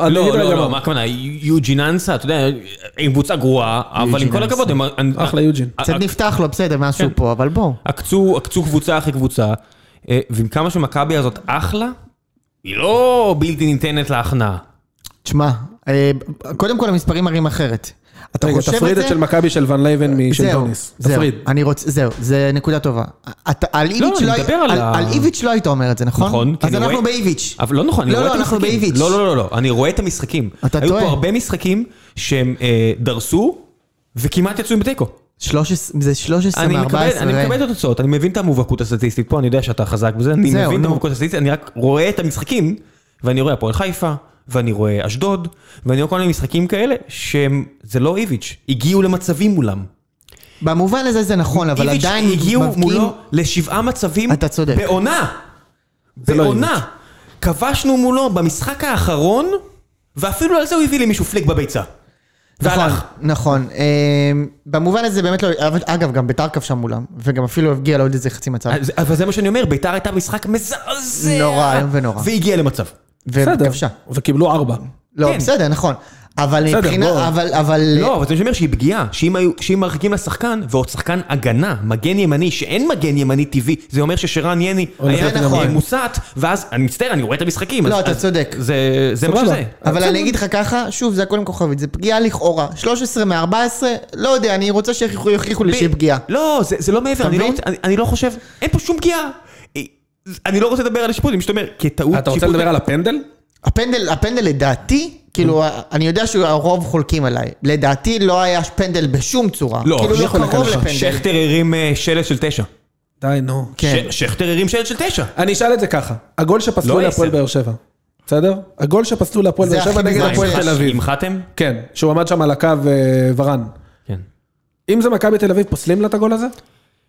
לא, מה הכוונה, יוג'ין אנסה, אתה יודע, עם קבוצה גרועה, אבל עם כל הכבוד, אחלה יוג'ין. קצת נפתח לו, בסדר, משהו פה, אבל בוא. עקצו קבוצה אחרי קבוצה, ועם כמה שמכבי הזאת אחלה, היא לא בלתי ניתנת להכנעה. תשמע, קודם כל המספרים מראים אחרת. רגע, תפריד את של מכבי של ון לייבן משל טוניס. תפריד. זהו, זה נקודה טובה. על איביץ' לא היית אומר את זה, נכון? נכון. אז אנחנו באיביץ'. אבל לא נכון, לא, אנחנו באיביץ'. לא, אני רואה את המשחקים. אתה היו טועה. פה הרבה משחקים שהם דרסו, וכמעט יצאו עם בתיקו. זה 13 מ-14. אני מקבל את התוצאות, אני מבין את המובהקות הסטטיסטית פה, אני יודע שאתה חזק בזה, אני מבין את המובהקות הסטטיסטית, אני רק רואה את המשחקים, ואני רואה הפועל חיפה, ואני רואה אשדוד, ואני רואה כל מיני משחקים כאלה, שזה לא איביץ', הגיעו למצבים מולם. במובן הזה זה נכון, אבל עדיין... איביץ' הגיעו מולו ל7 מצבים, אתה צודק. בעונה. כבשנו מולו במשחק האחרון, ואפילו על זה הוא הביא לי מישהו פלק בביצה. נכון. במובן הזה באמת לא... אגב, גם ביתר כבשה מולם, וגם אפילו הגיע לעוד איזה חצי מצב. אבל זה מה שאני אומר, ביתר הייתה משחק מזעזע. נורא, ונורא. והגיע למצב. וכבשה. וקיבלו 4. לא, בסדר, נכון. אבל מבחינה, אבל... לא, אבל זה אומר שהיא פגיעה, שאם מרחיקים לשחקן, ועוד שחקן הגנה, מגן ימני, שאין מגן ימני טבעי, זה אומר ששרן יני היה מוסת, ואז, אני מצטער, אני רואה את המשחקים. לא, אתה צודק. זה מה שזה. אבל אני אגיד לך ככה, שוב, זה הכל עם כוכבית, זה פגיעה לכאורה. 13 מ-14, לא יודע, אני רוצה שיוכיחו לי שהיא פגיעה. לא, זה לא מעבר, אני לא חושב, אין פה שום פגיעה. אני לא רוצה לדבר על השיפוט, אם שאתה אומר, כטעות... אתה רוצה לדבר על הפנדל? הפנדל לדעתי, כאילו, אני יודע שהרוב חולקים עליי. לדעתי לא היה פנדל בשום צורה. לא, כאילו לא קרוב לפנדל. שכטר הרים שלט של 9. די, נו. שכטר הרים שלט של 9. אני אשאל את זה ככה. הגול שפסלו להפועל באר שבע. בסדר? הגול שפסלו להפועל באר שבע נגד הפועל תל אביב. עם חתם? כן, שהוא עמד שם על הקו ורן. כן. אם זה מכבי תל אביב, פוסלים לה את הגול הזה?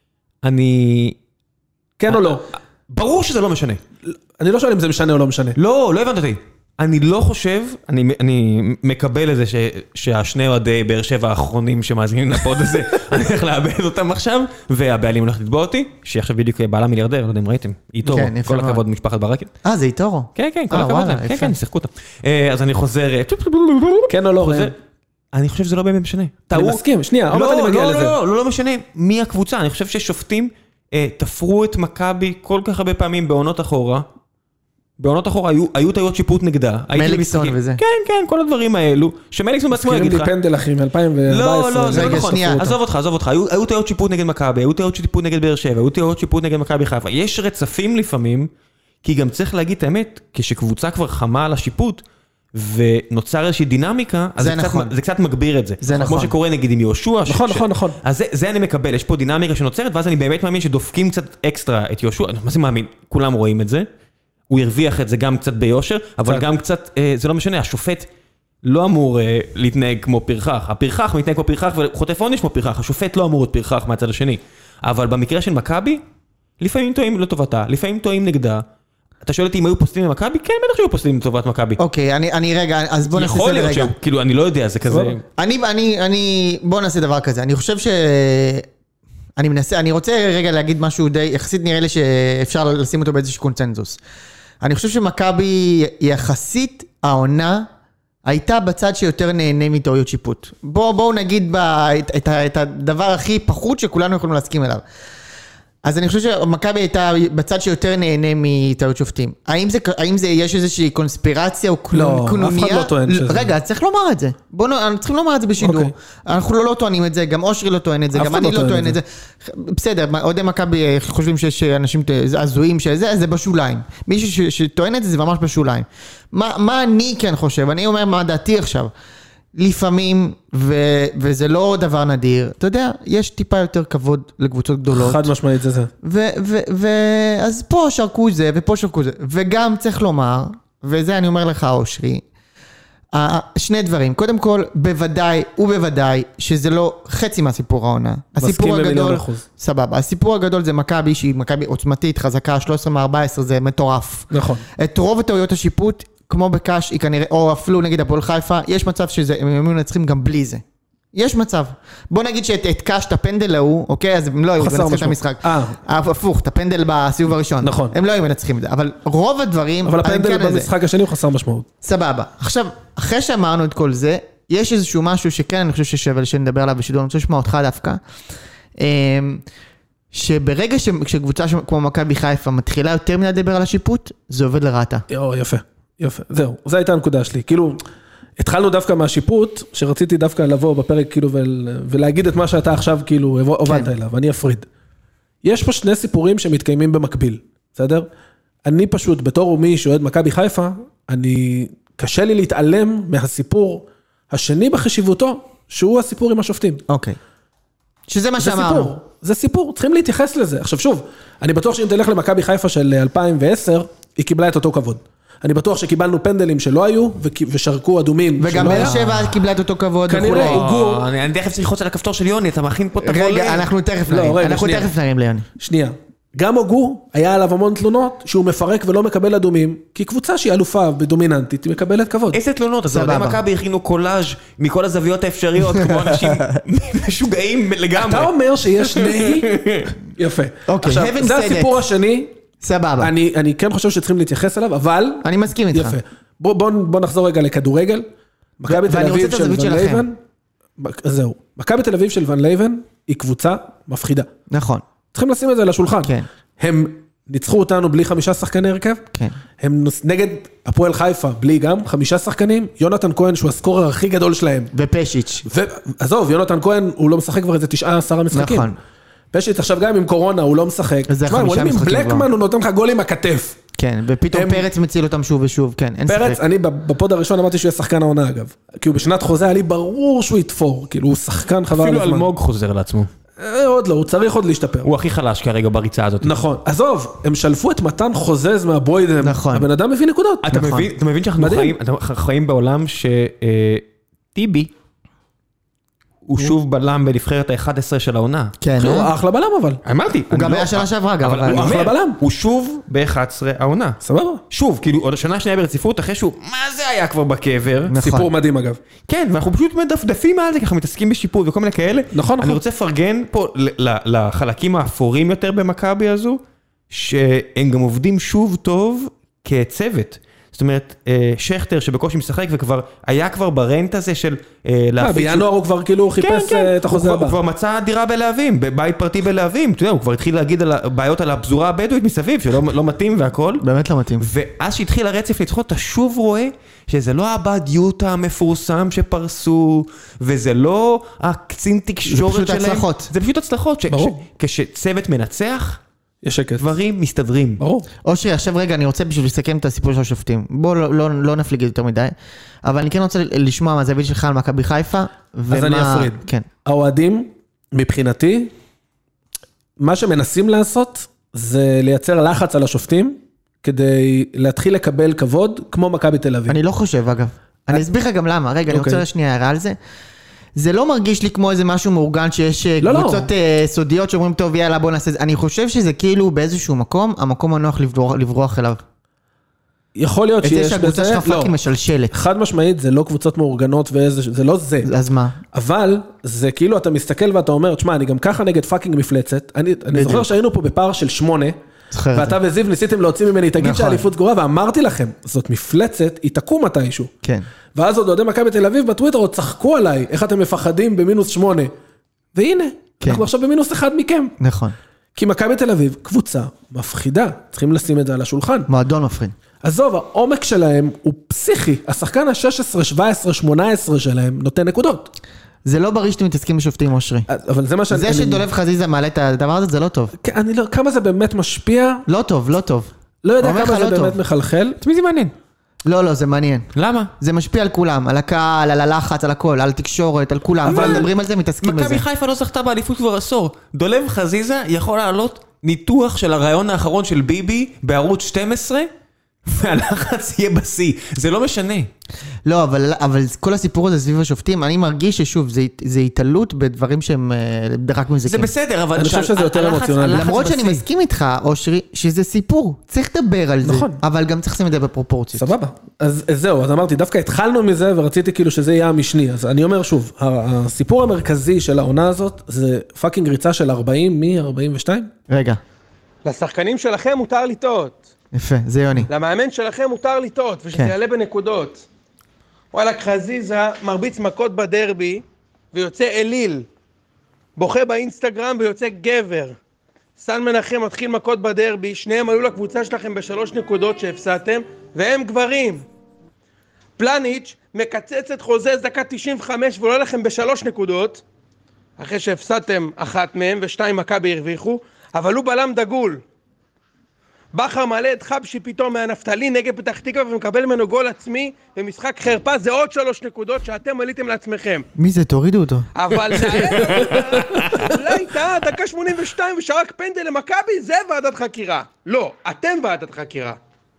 כן או לא? ברור שזה לא משנה. אני לא שואל אם זה משנה או לא משנה. לא הבנת אותי. אני לא חושב, אני מקבל את זה שהשני אוהדי באר שבע האחרונים שמאזינים לפוד הזה, אני הולך לאבד אותם עכשיו, והבעלים הולך לתבוע אותי, שעכשיו בדיוק בעלה מיליארדר, לא יודע אם ראיתם, איתורו, כל הכבוד משפחת ברקת. זה איתורו? כן, כל הכבוד להם, כן, שיחקו אותם. אז אני חוזר, כן או לא? אני חושב שזה לא באמת משנה. אני מסכים, שנייה, עוד מעט אני מגיע לזה. לא משנה מי הקבוצה, אני חושב ששופטים תפרו את מכבי כל כך הרבה פעמים בעונות אחורה, בעונות אחורה היו טעויות שיפוט נגדה. מליקסון וזה. כן, כל הדברים האלו, שמליקסון בעצמו יגיד לך. פנדל אחי מ-2014. לא, זה לא נכון. עזוב אותך. היו טעויות שיפוט נגד מכבי, היו טעויות שיפוט נגד באר שבע, היו טעויות שיפוט נגד מכבי חיפה. יש רצפים לפעמים, כי גם צריך להגיד את האמת, כשקבוצה כבר חמה על השיפוט, ונוצר איזושהי דינמיקה, אז זה קצת מגביר את זה. זה נכון. כמו שקורה נגיד עם יהושע. נכון. אז זה אני מקבל, יש פה דינמיקה שנוצרת, ואז אני באמת מאמין שדופקים קצת אקסטרה את יהושע. מה זה מאמין? כולם רואים את זה. הוא הרוויח את זה גם קצת ביושר, אבל גם קצת, זה לא משנה, השופט לא אמור להתנהג כמו פרחח. הפרחח מתנהג כמו פרחח וחוטף עונש כמו פרחח, השופט לא אמור להיות פרחח מהצד השני. אבל במקרה של מכבי, לפעמים טועים לטובתה, לפעמים טועים נגדה. אתה שואל אותי אם היו פוסטים במכבי? כן, בטח שהיו פוסטים לטובת מכבי. אוקיי, אני רגע, אז בוא נעשה את זה רגע. יכול להיות כאילו, אני לא יודע, זה כזה... בוא נעשה דבר כזה, אני חושב אני רוצה רגע להגיד משהו די, יחסית נראה לי שאפשר לשים אותו באיזשהו קונצנזוס. אני חושב שמכבי יחסית העונה הייתה בצד שיותר נהנה מטעויות שיפוט. בואו נגיד את הדבר הכי פחות שכולנו יכולים להסכים אליו. אז אני חושב שמכבי הייתה בצד שיותר נהנה מטעויות שופטים. האם זה יש איזושהי קונספירציה או קנוניה? לא, אף אחד לא טוען שזה. רגע, צריך לומר את זה. אנחנו צריכים לומר את זה בשידור. אנחנו לא טוענים את זה, גם אושרי לא טוען את זה, גם אני לא טוען את זה. בסדר, אוהדי מכבי חושבים שיש אנשים הזויים שזה, זה בשוליים. מישהו שטוען את זה, זה ממש בשוליים. מה אני כן חושב? אני אומר מה דעתי עכשיו. לפעמים, וזה לא דבר נדיר, אתה יודע, יש טיפה יותר כבוד לקבוצות גדולות. חד משמעית זה. אז פה שרקו זה, ופה שרקו זה. וגם צריך לומר, וזה אני אומר לך, אושרי, שני דברים. קודם כל, בוודאי ובוודאי, שזה לא חצי מהסיפור העונה. הסיפור הגדול, סבבה. הסיפור הגדול זה מכבי, שהיא מכבי עוצמתית, חזקה, 13/14, זה מטורף. נכון. את רוב הטעויות השיפוט, כמו בקש, היא כנראה, או אפילו נגד הפועל חיפה, יש מצב שהם מנצחים גם בלי זה. יש מצב. בוא נגיד שאת קש, את הפנדל ההוא, אוקיי, אז הם לא היו מנצחים את המשחק. הפוך, את הפנדל בסיבוב הראשון. נכון. הם לא היו מנצחים את זה, אבל רוב הדברים... אבל הפנדל במשחק השני הוא חסר משמעות. סבבה. עכשיו, אחרי שאמרנו את כל זה, יש איזשהו משהו שכן, אני חושב ששווה שנדבר עליו בשידור, אני רוצה לשמוע אותך דווקא, שברגע שקבוצה כמו מכבי חיפה מתחילה יותר מדי לדבר על השיפוט, זה עובד לרעתה. יפה, זהו, זו הייתה הנקודה שלי, כאילו, התחלנו דווקא מהשיפוט, שרציתי דווקא לבוא בפרק, כאילו, ולהגיד את מה שאתה עכשיו, כאילו, הובלת אליו, אני אפריד. יש פה שני סיפורים שמתקיימים במקביל, בסדר? אני פשוט, בתור מי שאוהד מכבי חיפה, קשה לי להתעלם מהסיפור השני בחשיבותו, שהוא הסיפור עם השופטים. אוקיי. שזה מה שאמרנו. זה סיפור, צריכים להתייחס לזה. עכשיו שוב, אני בטוח שאם תלך למכבי חיפה של 2010, היא קיבלה את אותו כבוד. אני בטוח שקיבלנו פנדלים שלא היו, ושרקו אדומים. וגם באר שבע קיבלה את אותו כבוד. כנראה, הוגו. אני תכף צריך לחוץ על הכפתור של יוני, אתה מכין פה את הכל. רגע, אנחנו תכף נרים ליוני. שנייה. גם הוגו, היה עליו המון תלונות, שהוא מפרק ולא מקבל אדומים, כי קבוצה שהיא אלופה ודומיננטית, היא מקבלת כבוד. איזה תלונות? אז אוהדי מכבי הכינו קולאז' מכל הזוויות האפשריות, כמו אנשים משוגעים לגמרי. אתה אומר שיש שני... יפה. עכשיו, זה הסיפור השני. סבבה. אני כן חושב שצריכים להתייחס אליו, אבל... אני מסכים איתך. יפה. בוא נחזור רגע לכדורגל. מכבי תל אביב של ון לייבן, זהו, מכבי תל אביב של ון לייבן היא קבוצה מפחידה. נכון. צריכים לשים את זה על השולחן. כן. הם ניצחו אותנו בלי 5 שחקני הרכב. כן. הם נגד הפועל חיפה, בלי גם 5 שחקנים. יונתן כהן, שהוא הסקורר הכי גדול שלהם. ופשיץ'. עזוב, יונתן כהן, הוא לא משחק כבר איזה 9-10 משחקים. נכון. פשיץ' עכשיו גם עם קורונה, הוא לא משחק. תשמע, הם עולים עם בלקמן, הוא נותן לך גול עם הכתף. כן, ופתאום פרץ מציל אותם שוב ושוב, כן, אין ספק. פרץ, אני בפוד הראשון אמרתי שהוא יהיה שחקן העונה, אגב. כי הוא בשנת חוזה, היה לי ברור שהוא יתפור. כאילו, הוא שחקן חבל על הזמן. אפילו אלמוג חוזר לעצמו. עוד לא, הוא צריך עוד להשתפר. הוא הכי חלש כרגע בריצה הזאת. נכון. עזוב, הם שלפו את מתן חוזז מהבוידם. נכון. הבן אדם מביא נקודות. אתה מבין שאנחנו חיים בעולם שטיבי הוא שוב בלם בנבחרת ה-11 של העונה. כן, הוא אחלה בלם אבל. אמרתי. הוא גם היה שנה שעברה, אבל הוא אחלה בלם. הוא שוב ב-11 העונה. סבבה. שוב, כאילו עוד השנה שנייה ברציפות, אחרי שהוא, מה זה היה כבר בקבר? סיפור מדהים אגב. כן, ואנחנו פשוט מדפדפים על זה, ככה מתעסקים בשיפוט וכל מיני כאלה. נכון. אני רוצה לפרגן פה לחלקים האפורים יותר במכבי הזו, שהם גם עובדים שוב טוב כצוות. זאת אומרת, שכטר שבקושי משחק וכבר, היה כבר ברנט הזה של בינואר הוא כבר כאילו חיפש את החוזה הבא. הוא כבר מצא דירה בלהבים, בבית פרטי בלהבים, אתה יודע, הוא כבר התחיל להגיד על הבעיות על הפזורה הבדואית מסביב, שלא מתאים והכל. באמת לא מתאים. ואז שהתחיל הרצף לצחות, אתה שוב רואה שזה לא הבדיוטה המפורסם שפרסו, וזה לא הקצין תקשורת שלהם. זה פשוט הצלחות. זה פשוט הצלחות. כשצוות מנצח, יש שקט. דברים מסתדרים. ברור. אושרי, עכשיו רגע, אני רוצה בשביל לסכם את הסיפור של השופטים. בואו לא נפליג יותר מדי, אבל אני כן רוצה לשמוע מהזווית שלך על מכבי חיפה. אז אני אפריד. כן. האוהדים, מבחינתי, מה שמנסים לעשות, זה לייצר לחץ על השופטים, כדי להתחיל לקבל כבוד, כמו מכבי תל אביב. אני לא חושב, אגב. אני אסביר לך גם למה. רגע, אני רוצה שנייה הערה על זה. זה לא מרגיש לי כמו איזה משהו מאורגן שיש קבוצות סודיות שאומרים טוב יאללה בוא נעשה זה. אני חושב שזה כאילו באיזשהו מקום, המקום הנוח לברוח אליו. יכול להיות שיש בזה. את זה שהקבוצה שלך פאקינג משלשלת. חד משמעית זה לא קבוצות מאורגנות זה לא זה. אז מה? אבל זה כאילו אתה מסתכל ואתה אומר, תשמע אני גם ככה נגד פאקינג מפלצת. אני זוכר שהיינו פה בפער של 8. ואתה וזיו ניסיתם להוציא ממני תגיד שהאליפות סגורה ואמרתי לכם, זאת מפלצת, היא תקום מתישהו. כן. ואז עוד אוהדי מכבי תל אביב בטוויטר עוד צחקו עליי, איך אתם מפחדים ב-8. והנה, אנחנו עכשיו ב-1 מכם. נכון. כי מכבי תל אביב, קבוצה מפחידה, צריכים לשים את זה על השולחן. מועדון מפחיד. עזוב, העומק שלהם הוא פסיכי, השחקן ה-16, 17, 18 שלהם נותן נקודות. זה לא בריא שאתם מתעסקים בשופטים, אושרי. אבל זה מה שאני... זה שדולב חזיזה מעלה את הדבר הזה, זה לא טוב. אני לא... כמה זה באמת משפיע? לא טוב, לא טוב. לא יודע כמה זה באמת מחלחל. את מי זה מעניין? לא, זה מעניין. למה? זה משפיע על כולם, על הקהל, על הלחץ, על הכל, על תקשורת, על כולם. אבל מדברים על זה, מתעסקים בזה. מכבי חיפה לא זכתה באליפות כבר עשור. דולב חזיזה יכול לעלות ניתוח של הרעיון האחרון של ביבי בערוץ 12, והלחץ יהיה בסי. זה לא משנה. לא, אבל כל הסיפור הזה סביב השופטים, אני מרגיש ששוב, זה התעלות בדברים שהם רק מזיקים. זה בסדר, אבל... אני חושב שזה יותר אמוציונלי. למרות שאני מסכים איתך, אושרי, שזה סיפור. צריך לדבר על זה. נכון. אבל גם צריך לשים את זה בפרופורציות. סבבה. אז זהו, אז אמרתי, דווקא התחלנו מזה, ורציתי כאילו שזה יהיה המשני. אז אני אומר שוב, הסיפור המרכזי של העונה הזאת, זה פאקינג ריצה של 40 מ-42. רגע. לשחקנים שלכם מותר לטעות. יפה, זה יוני. למאמן שלכם מותר לטעות, ושזה יעלה בנקודות. וואלק, חזיזה מרביץ מכות בדרבי, ויוצא אליל. בוכה באינסטגרם ויוצא גבר. סן מנחם מתחיל מכות בדרבי, שניהם עלו לקבוצה שלכם ב3 נקודות שהפסעתם, והם גברים. פלניץ' מקצץ את חוזה דקה 95 ועולה לכם ב3 נקודות, אחרי שהפסעתם אחת מהם ו2 מכבי הרוויחו, אבל הוא בלם דגול. בכר מעלה את חבשי פתאום מהנפתלי נגד פתח תקווה ומקבל ממנו גול עצמי ומשחק חרפה, זה עוד 3 נקודות שאתם עליתם לעצמכם. מי זה? תורידו אותו. אבל אולי הייתה דקה 82 ושרק פנדל למכבי, זה ועדת חקירה. לא, אתם ועדת חקירה.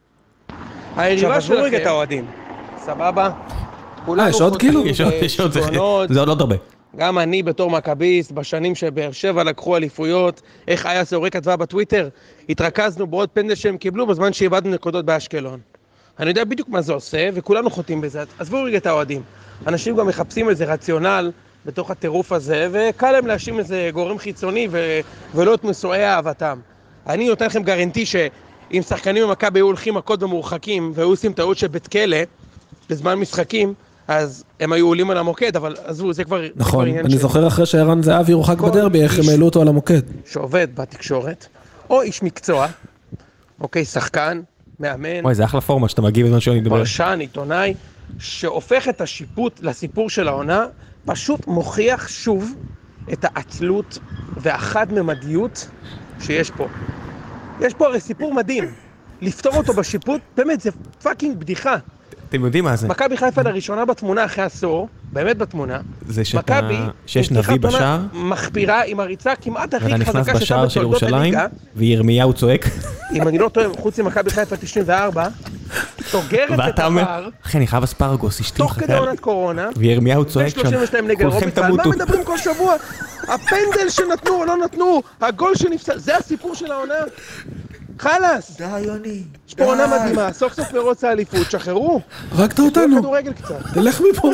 היריבה שלכם... רגע את האוהדים. סבבה? יש עוד כאילו? יש עוד, זה עוד לא הרבה. גם אני בתור מכביסט, בשנים שבאר שבע לקחו אליפויות, איך היה זורק כתבה בטוויטר, התרכזנו בעוד פנדל שהם קיבלו בזמן שאיבדנו נקודות באשקלון. אני יודע בדיוק מה זה עושה, וכולנו חוטאים בזה. עזבו רגע את האוהדים. אנשים גם מחפשים איזה רציונל בתוך הטירוף הזה, וקל להם להאשים איזה גורם חיצוני ולא את מסועי אהבתם. אני נותן לכם גרנטי אם שחקנים במכבי היו הולכים מכות במורחקים, והיו עושים טעות של בית כלא, בזמן משחקים, אז הם היו עולים על המוקד, אבל עזבו, זה כבר... נכון, אני זוכר אחרי שערן זהבי יורחק בדרבי, איך הם העלו אותו על המוקד. שעובד בתקשורת, או איש מקצוע, אוקיי, שחקן, מאמן. וואי, זה אחלה פורמה שאתה מגיב בזמן שאני מדבר. פרשן, עיתונאי, שהופך את השיפוט לסיפור של העונה, פשוט מוכיח שוב את העצלות והחד-ממדיות שיש פה. יש פה הרי סיפור מדהים. לפתור אותו בשיפוט, באמת, זה פאקינג בדיחה. אתם יודעים מה זה? מכבי חיפה לראשונה בתמונה אחרי עשור, באמת בתמונה. זה שיש נביא בשער. מחפירה עם הריצה כמעט הכי חזקה שתה בשער של ירושלים, וירמיהו צועק. אם אני לא טועה, חוץ ממכבי חיפה 94, סוגרת את הפער. אחי, אני חייב אספרגוס, אשתי תוך כדי עונת קורונה. וירמיהו צועק שם. כולכם תמותו. מה מדברים כל שבוע? הפנדל שנתנו או לא נתנו, הגול שנפסל, זה הסיפור של העונה. חלאס. די, יוני. יש פה עונה מדהימה, סוף סוף מרוץ האליפות, שחררו. הרגת אותנו. כדורגל קצת. תלך מפה.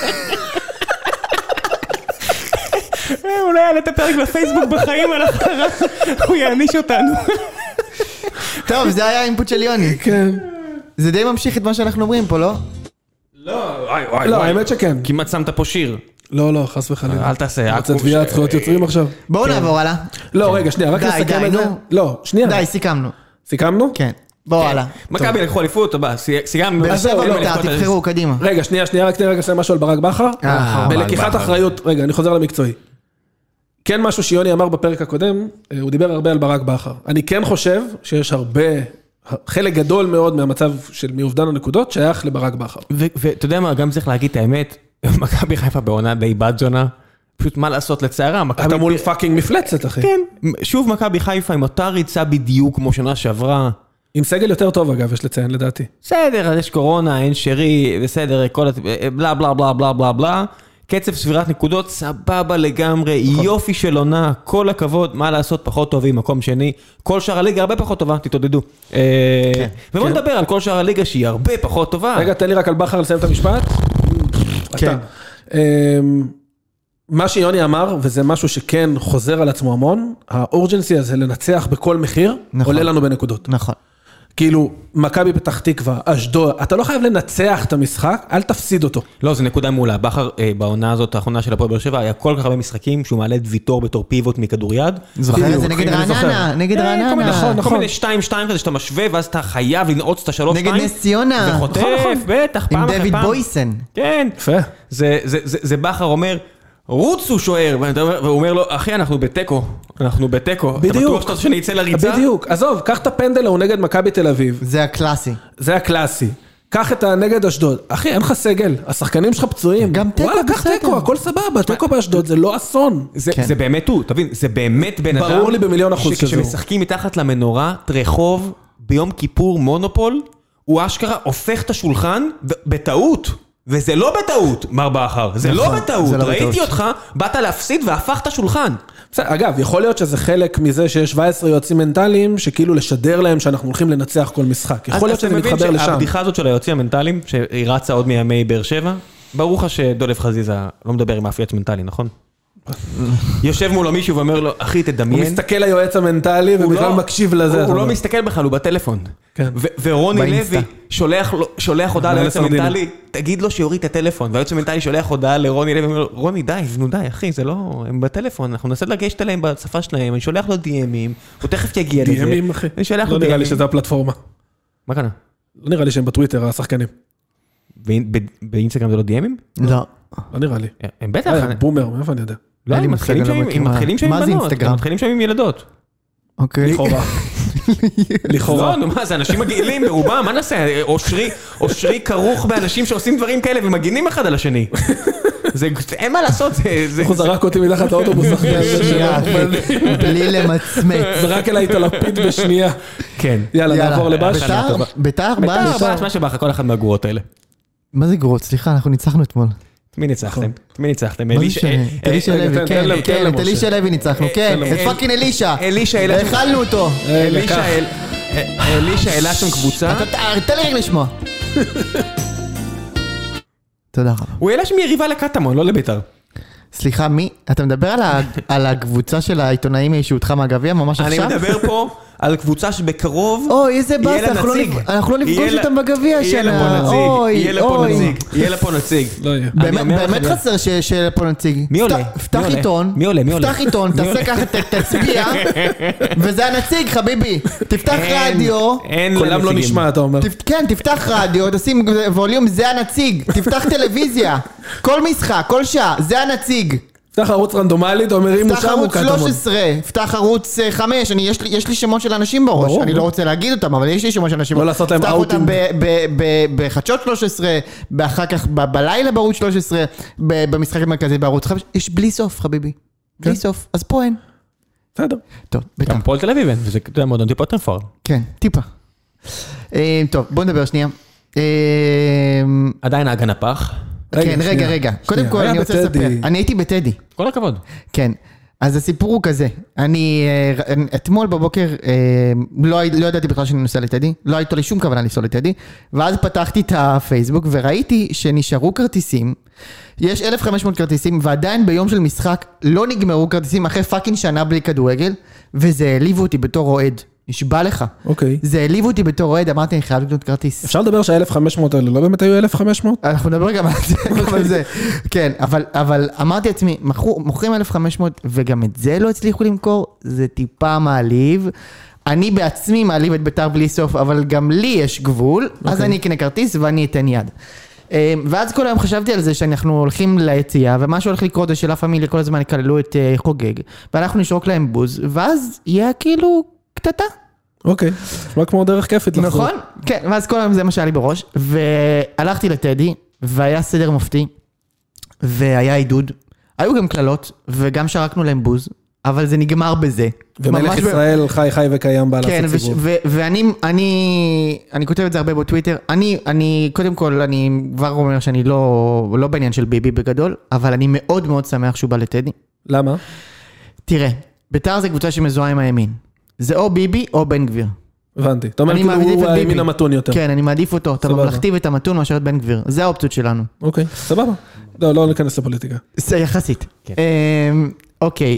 הוא לא יעלה את הפרק בפייסבוק בחיים על החרה, הוא יעניש אותנו. טוב, זה היה האינפוט של יוני. כן. זה די ממשיך את מה שאנחנו אומרים פה, לא? לא, האמת שכן. כמעט שמת פה שיר. לא, חס וחלילה. אל תעשה. רוצה תביעת זכויות יוצרים עכשיו? בואו נעבור הלאה. לא, רגע, שנייה, רק נסכם את זה. לא, שנייה. די, סיכמנו. סיכמנו? כן. בואו הלאה. מכבי לקחו אליפות, סיימנו. תבחרו, קדימה. רגע, שנייה, רק נסיים משהו על ברק בכר. בלקיחת אחריות, רגע, אני חוזר למקצועי. כן משהו שיוני אמר בפרק הקודם, הוא דיבר הרבה על ברק בכר. אני כן חושב שיש חלק גדול מאוד מהמצב של מאובדן הנקודות שייך לברק בכר. ואתה יודע מה, גם צריך להגיד את האמת, מכבי חיפה בעונה די בת זונה, פשוט מה לעשות לצערה. אתה מול פאקינג מפלצת, אחי. כן, שוב מכבי חיפה עם אותה ריצה בדיוק כמו שנה שעברה. עם סגל יותר טוב אגב, יש לציין לדעתי. בסדר, יש קורונה, אין שרי, בסדר, בלה בלה בלה בלה בלה בלה. קצב ספירת נקודות, סבבה לגמרי, יופי של עונה, כל הכבוד, מה לעשות, פחות טובים, מקום שני, כל שאר הליגה הרבה פחות טובה, תתעודדו. ובואו נדבר על כל שאר הליגה שהיא הרבה פחות טובה. רגע, תן לי רק על בכר לסיים את המשפט. כן. מה שיוני אמר, וזה משהו שכן חוזר על עצמו המון, האורג'נסי הזה לנצח בכל מחיר, עולה לנו בנקודות. נכון. כאילו, מכבי פתח תקווה, אשדוד, אתה לא חייב לנצח את המשחק, אל תפסיד אותו. לא, זו נקודה מעולה. בכר בעונה הזאת, האחרונה של הפועל באר שבע, היה כל כך הרבה משחקים שהוא מעלה את ויטור בתור פיבוט מכדוריות. זוכר את זה נגד רעננה, נגד רעננה. כל מיני 2-2 כזה שאתה משווה, ואז אתה חייב לנעוץ את ה-3-2. נגד נס ציונה. וחוטף, בטח, פעם אחרי פעם. עם דוד בויסן. כן. יפה. זה בכר אומר, רוצו שוער, והוא אומר לו, אחי, אנחנו בטקו. בדיוק. אתה בטוח שאתה שאני אצא לריצה? בדיוק. עזוב, קח את הפנדל הוא נגד מכבי תל אביב. זה הקלאסי. זה הקלאסי. קח את הנגד אשדוד. אחי, אין לך סגל. השחקנים שלך פצועים. גם תקו בסדר. קח תקו, הכל סבבה. תקו באשדוד, זה לא אסון. זה באמת הוא, תבין, זה באמת בן אדם. ברור לי במיליון אחוז כזו. שכשמשחקים מתחת למנורה, רחוב, ביום כיפור, מונופול, הוא אשכרה הופך את השולחן בטעות. וזה לא בטעות, מר בכר, זה לא בטעות, ראיתי אותך, באת להפסיד והפכת שולחן. אגב, יכול להיות שזה חלק מזה שיש 17 יועצים מנטליים, שכאילו לשדר להם שאנחנו הולכים לנצח כל משחק. יכול להיות שזה מתחבר לשם. הבדיחה הזאת של היועצים המנטליים, שהיא רצה עוד מימי באר שבע, ברור לך שדולב חזיזה לא מדבר עם אף יועץ מנטלי, נכון? יושב מולו מישהו ואומר לו, אחי, תדמיין. הוא מסתכל ליועץ המנטלי ובכלל מקשיב לזה. הוא לא מסתכל בכלל, הוא בטלפון. ורוני לוי שולח הודעה ליועץ המנטלי, תגיד לו שיוריד את הטלפון, והיועץ המנטלי שולח הודעה לרוני לוי, ואומר לו, רוני, די, אחי, זה לא, הם בטלפון, אנחנו ננסה לגשת אליהם בשפה שלהם, אני שולח לו דיאמים, הוא תכף יגיע לזה. דיאמים, אחי? לא נראה לי שזה הפלטפורמה. מה קנה? לא נראה לי שהם בטוויטר, השחקנים. באינסטגרם זה לא דיאמים? לא. לא נראה לי. הם בטח. בומר, מאיפה אני יודע? לא, הם מתחילים שם עם בנות, הם מתחילים שם עם ילדות. אוקיי. לכאורה. לא, מה, זה אנשים מגעילים ברובם, מה נעשה? אושרי כרוך באנשים שעושים דברים כאלה ומגינים אחד על השני. אין מה לעשות, זה... הוא זרק אותי מתחת האוטובוס בלי למצמץ. זרק אליי את הלפיד בשנייה. כן. יאללה, נעבור לבש. ביתר? מה שבאחר כל אחד מהגרועות האלה. מה זה גרועות? סליחה, אנחנו ניצחנו אתמול. מי ניצחתם? את אלישה לוי ניצחנו, כן, את פאקינג אלישה. האכלנו אותו. אלישה העלה שם קבוצה. תן לי רגע לשמוע. תודה רבה. הוא העלה שם יריבה לקטמון, לא לביתר. סליחה, מי? אתה מדבר על הקבוצה של העיתונאים שהודחה מהגביע ממש עכשיו? אני מדבר פה על קבוצה שבקרוב אוי, איזה באס, אנחנו לא נפגוש אותם בגביע השנה. יהיה לה פה נציג. באמת חסר שיהיה פה נציג. מי עולה? פתח עיתון, תעשה ככה, תצביע, וזה הנציג, חביבי. תפתח רדיו. כולם לא נשמע, אתה אומר. כן, תפתח רדיו, תשים ווליום, זה הנציג. תפתח טלוויזיה. כל משחק, כל שעה, זה הנציג. פתח ערוץ רנדומלי, אתה אומר, אם הוא שם הוא קטמון. פתח ערוץ 13, פתח ערוץ 5, יש לי שמות של אנשים בראש, אני לא רוצה להגיד אותם, אבל יש לי שמות של אנשים בראש. לא לעשות להם אאוטינג. פתח אותם בחדשות 13, אחר כך בלילה בערוץ 13, במשחק המרכזי בערוץ 5, יש בלי סוף, חביבי. בלי סוף, אז פה אין. בסדר. טוב, ביתם. גם פועל תל אביב, וזה מועדון טיפה יותר פאר. כן, טיפה. טוב, בוא נדבר שנייה. עדיין ההגנה פח. כן, רגע. קודם כל אני רוצה לספר. אני הייתי בטדי. כל הכבוד. כן. אז הסיפור הוא כזה. אני אתמול בבוקר לא ידעתי בכלל שאני נוסע לטדי. לא הייתה לי שום כוונה לנסוע לטדי. ואז פתחתי את הפייסבוק וראיתי שנשארו כרטיסים. יש 1,500 כרטיסים ועדיין ביום של משחק לא נגמרו כרטיסים אחרי פאקינג שנה בלי כדורגל. וזה העליב אותי בתור אוהד. נשבע לך. אוקיי. זה העליב אותי בתור אוהד, אמרתי, אני חייב לקנות כרטיס. אפשר לדבר שה-1,500 האלה לא באמת היו 1,500? אנחנו נדבר גם על זה. כן, אבל אמרתי לעצמי, מוכרים 1,500 וגם את זה לא הצליחו למכור, זה טיפה מעליב. אני בעצמי מעליב את בית"ר בלי סוף, אבל גם לי יש גבול, אז אני אקנה כרטיס ואני אתן יד. ואז כל היום חשבתי על זה שאנחנו הולכים ליציאה, ומה שהולך לקרות זה שלה פמיליה כל הזמן יקללו את חוגג, ואנחנו נשרוק להם בוז, ואז יהיה כאילו קטטה. אוקיי, נשמע כמו דרך כיפית לחזור. נכון? כן, ואז כל היום זה מה שהיה לי בראש, והלכתי לטדי, והיה סדר מופתי, והיה עידוד, היו גם קללות, וגם שרקנו להם בוז, אבל זה נגמר בזה. ומלך ישראל חי וקיים בעל הציבור. ואני כותב את זה הרבה בטוויטר, קודם כל, אני כבר אומר שאני לא בעניין של ביבי בגדול, אבל אני מאוד מאוד שמח שהוא בא לטדי. למה? תראה, בית"ר זה קבוצה שמזוהה עם הימין. זה או ביבי או בן גביר. הבנתי. אתה אומר כאילו הוא הימין המתון יותר. כן, אני מעדיף אותו. אתה ממלכתי ואת המתון מאשר את בן גביר. זה האופציות שלנו. אוקיי, סבבה. לא ניכנס לפוליטיקה. זה יחסית. אוקיי,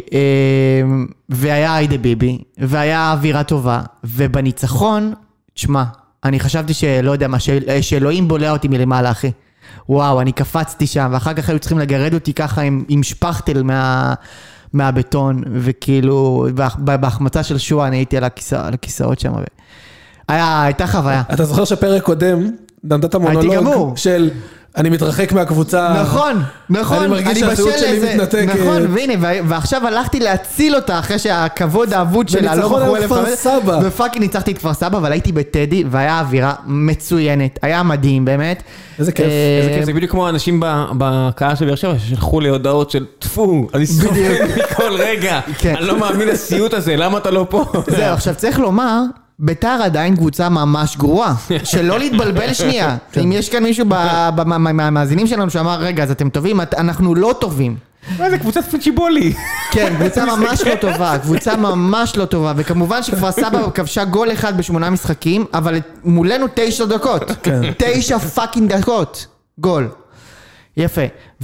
והיה היידה ביבי, והיה אווירה טובה, ובניצחון, תשמע, אני חשבתי שלא יודע מה, שאלוהים בולע אותי מלמעלה, אחי. וואו, אני קפצתי שם, ואחר כך היו צריכים לגרד אותי ככה עם שפכטל מהבטון, וכאילו, בהחמצה של שואה, אני הייתי על הכיסאות שם. הייתה חוויה. אתה זוכר שפרק קודם, נתת מונולוג של... אני מתרחק מהקבוצה. נכון. אני מרגיש שהזהות שלי מתנתק. נכון, והנה, ועכשיו הלכתי להציל אותה, אחרי שהכבוד האבוד שלה לא בחרו סבא. ופאקי ניצחתי את כפר סבא, אבל הייתי בטדי, והיה אווירה מצוינת. היה מדהים, באמת. איזה כיף. זה בדיוק כמו האנשים בקהל של באר שבע, ששלחו לי הודעות של טפו, אני סובל מכל רגע. אני לא מאמין לסיוט הזה, למה אתה לא פה? זהו, עכשיו צריך לומר... בית"ר עדיין קבוצה ממש גרועה, שלא להתבלבל שנייה. אם יש כאן מישהו מהמאזינים שלנו שאמר, רגע, אז אתם טובים, אנחנו לא טובים. זה קבוצת פצ'יבולי. כן, קבוצה ממש לא טובה, וכמובן שכפר סבא כבשה גול אחד ב8 משחקים, אבל מולנו 9 דקות. 9 פאקינג דקות. גול. יפה.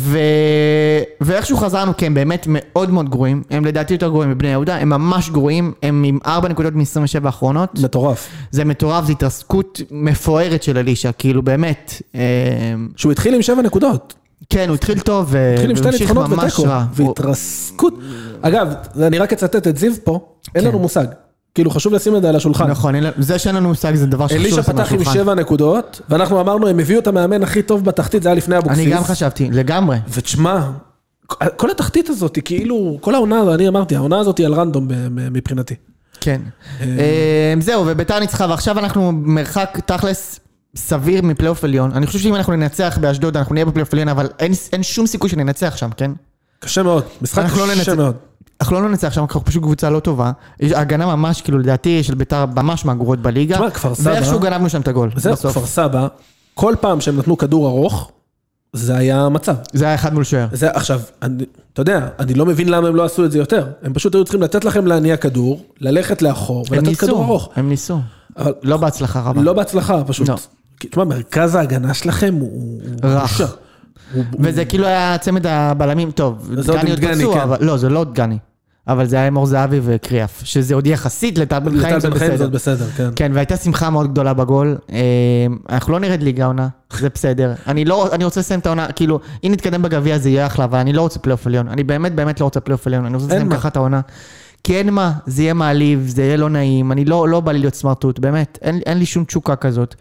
ואיכשהו חזרנו, כי הם באמת מאוד מאוד גרועים, הם לדעתי יותר גרועים מבני יהודה, הם ממש גרועים, הם עם 4 נקודות מ-27 האחרונות. מטורף. זה מטורף, זה התרסקות מפוארת של אלישה, כאילו באמת. שהוא התחיל עם 7 נקודות. כן, הוא התחיל טוב, והמשיך ממש רע. והתרסקות. אגב, אני רק אצטט את זיו פה, אין לנו מושג. כאילו חשוב לשים את זה על השולחן. נכון, זה שאין לנו מושג זה דבר שחשוב לשים על השולחן. אלישה פתח עם 7 נקודות, ואנחנו אמרנו, הם הביאו את המאמן הכי טוב בתחתית, זה היה לפני אבוקסיס. אני גם חשבתי, לגמרי. ותשמע, כל התחתית הזאת היא כאילו, כל העונה, אני אמרתי, העונה הזאת היא על רנדום מבחינתי. כן. זהו, ובית"ר ניצחה, ועכשיו אנחנו מרחק תכלס סביר מפלייאוף עליון. אני חושב שאם אנחנו ננצח באשדוד, אנחנו נהיה בפלייאוף עליון, אבל אין שום סיכוי שננצח שם, כן? קשה מאוד, משחק קשה מאוד. אנחנו לא ננצח שם, אנחנו פשוט קבוצה לא טובה. הגנה ממש, כאילו, לדעתי, של בית"ר ממש מהגרועות בליגה. תשמע, כפר סבא... ואיכשהו גנבנו שם את הגול. זהו, כפר סבא, כל פעם שהם נתנו כדור ארוך, זה היה מצב. זה היה אחד מול שוער. זה, עכשיו, אתה יודע, אני לא מבין למה הם לא עשו את זה יותר. הם פשוט היו צריכים לתת לכם להניע כדור, ללכת לאחור, ולתת כדור ארוך. הם ניסו. לא בהצלחה רבה. לא בהצלחה, פשוט. תשמע, מרכז ההגנה שלכם הוא... וזה כאילו היה צמד הבלמים, טוב, דגני עוד פצוע, אבל לא, זה לא דגני. אבל זה היה מור זהבי וקריאף, שזה עוד יחסית לטל בן חיים, זה בסדר, כן. כן, והייתה שמחה מאוד גדולה בגול, אנחנו לא נרד ליגה עונה, זה בסדר, אני רוצה לסיים את העונה, כאילו, אם נתקדם בגביע זה יהיה אחלה, אבל אני לא רוצה פלייאוף עליון, אני באמת לא רוצה פלייאוף עליון, אני רוצה לסיים ככה את העונה, כי אין מה, זה יהיה מעליב, זה יהיה לא נעים, אני לא בא לי להיות סמרטוט, באמת, אין לי שום תשוקה כזאת.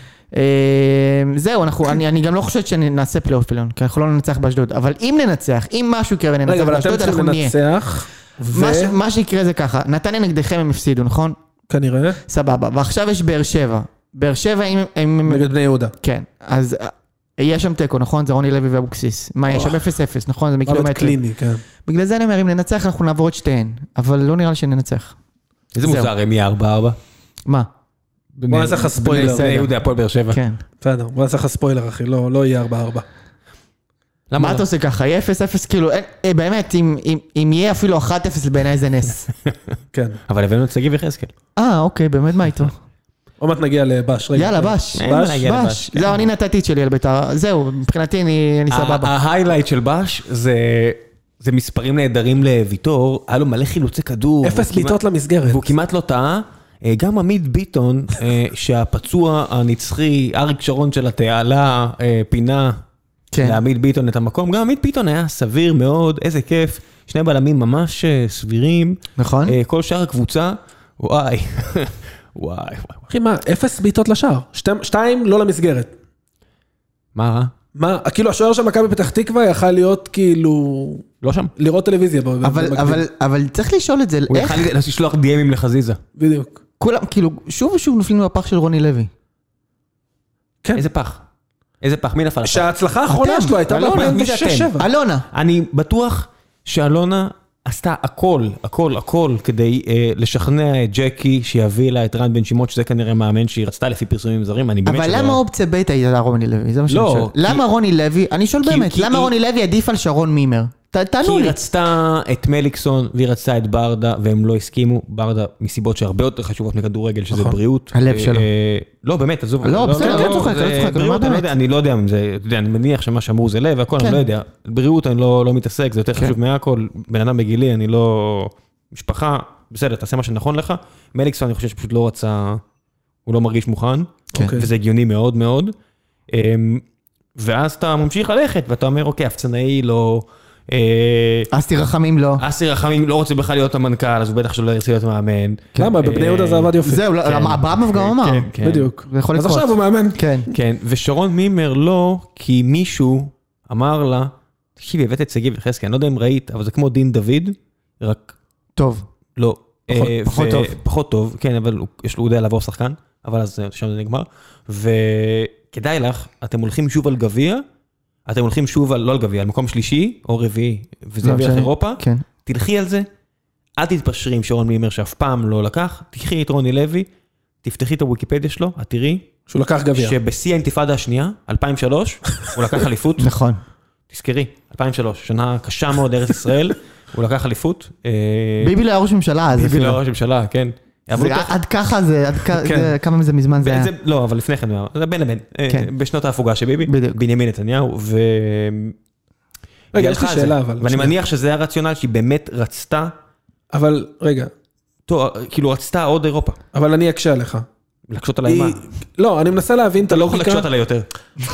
זהו, אני גם לא חושבת שנעשה פלייאוף עליון, כי אנחנו לא ננצח באשדוד, אבל אם ננצח, אם משהו יקרה וננצח באשדוד, אנחנו נהיה. מה שיקרה זה ככה, נתניה נגדכם הם הפסידו, נכון? כנראה. סבבה, ועכשיו יש באר שבע. באר שבע הם... נגד בני יהודה. כן, אז יש שם טקו, נכון? זה רוני לוי ואבוקסיס. מה, יש שם 0-0, נכון? זה מקילומטר. קליני, כן. בגלל זה אני אומר, אם ננצח, אנחנו נעבור את שתיהן, אבל לא נראה לי שננצח. איזה מוזר, הם יהיה 4-4. מה? בוא נעשה לך ספוילר. בני יהודה, הפועל באר שבע. כן. בסדר, בוא נעשה לך ספוילר, אחי, לא יהיה 4-4. מה אתה עושה ככה? יהיה 0-0, כאילו, באמת, אם יהיה אפילו 1-0 בעיניי זה נס. כן. אבל הבאנו את שגיב יחזקאל. אוקיי, באמת מה איתו? עוד מעט נגיע לבש. יאללה, בש. זהו, אני נתתי את שלי על בית"ר. זהו, מבחינתי אני סבבה. ההיילייט של בש זה מספרים נהדרים לויטור, היה לו מלא חילוצי כדור. 0 בעיטות למסגרת. והוא כמעט לא טעה. גם עמית ביטון, שהפצוע הנצחי, אריק שרון של התעלה, פינה לעמית ביטון את המקום. גם עמית ביטון היה סביר מאוד, איזה כיף. שני בלמים ממש סבירים. נכון. כל שאר הקבוצה, וואי. אחי, מה? 0 בעיטות לשער. 2 לא למסגרת. מה רע? מה? כאילו, השוער של מכבי פתח תקווה יכל להיות כאילו... לא שם. לראות טלוויזיה. אבל צריך לשאול את זה, הוא יכל לשלוח DM'ים לחזיזה. בדיוק. כולם, כאילו, שוב ושוב נופלים בפח של רוני לוי. כן. איזה פח? איזה פח? מי נפל? שההצלחה האחרונה שלו הייתה ב-2006-2007. אלונה. אני בטוח שאלונה עשתה הכל כדי לשכנע את ג'קי שיביא לה את רן בן שמעון, שזה כנראה מאמן שהיא רצתה לפי פרסומים זרים. אבל למה אופציה בית הייתה רוני לוי? זה מה שאני שואל. למה רוני לוי, אני שואל באמת, למה רוני לוי עדיף על שרון מימר? כי היא רצתה את מליקסון והיא רצתה את ברדה והם לא הסכימו, ברדה מסיבות שהרבה יותר חשובות מכדורגל, שזה בריאות. הלב שלו. לא, באמת, עזוב. לא, בסדר, לא צוחק, בריאות, אני לא יודע אם זה, אני מניח שמה שאמרו זה לב והכל, אני לא יודע. בריאות אני לא מתעסק, זה יותר חשוב מהכל, בן אדם בגילי, אני לא משפחה, בסדר, תעשה מה שנכון לך. מליקסון אני חושב שפשוט לא רצה, הוא לא מרגיש מוכן, וזה הגיוני מאוד מאוד. ואז אתה ממשיך ללכת ואתה אומר, אוקיי, הפצנאי לא... אסתי רחמים לא. אסתי רחמים לא רוצה בכלל להיות המנכ"ל, אז הוא בטח שלא ירצה להיות מאמן. למה? בבני יהודה זה עבד יופי. זהו, אברמוב גם אמר. בדיוק. אז עכשיו הוא מאמן. כן, ושרון מימר לא, כי מישהו אמר לה, תקשיבי, הבאת את שגיב יחזקאל, אני לא יודע אם ראית, אבל זה כמו דין דוד, רק... טוב. לא. פחות טוב. פחות טוב, כן, אבל הוא יודע לעבור שחקן, אבל אז שם זה נגמר. וכדאי לך, אתם הולכים שוב על גביע, אתם הולכים שוב, לא על גביע, על מקום שלישי או רביעי, וזה יביא לך אירופה, תלכי על זה, אל תתפשרי עם שרון מימר שאף פעם לא לקח, תקחי את רוני לוי, תפתחי את הוויקיפדיה שלו, את תראי, שהוא לקח גביע. שבשיא האינתיפאדה השנייה, 2003, הוא לקח אליפות. נכון. תזכרי, 2003, שנה קשה מאוד ארץ ישראל, הוא לקח אליפות. ביבי לא היה ראש ממשלה, ביבי לא היה ראש ממשלה, כן. עד ככה זה, כמה מזה מזמן זה היה. לא, אבל לפני כן, זה בין לבין, בשנות ההפוגה של ביבי, בנימין נתניהו, רגע, יש לי שאלה, אבל... ואני מניח שזה הרציונל שהיא באמת רצתה... אבל, רגע. כאילו רצתה עוד אירופה. אבל אני אקשה עליך. להקשות עליי מה? לא, אני מנסה להבין את הלוגיקה. אתה לא יכול להקשות עליי יותר.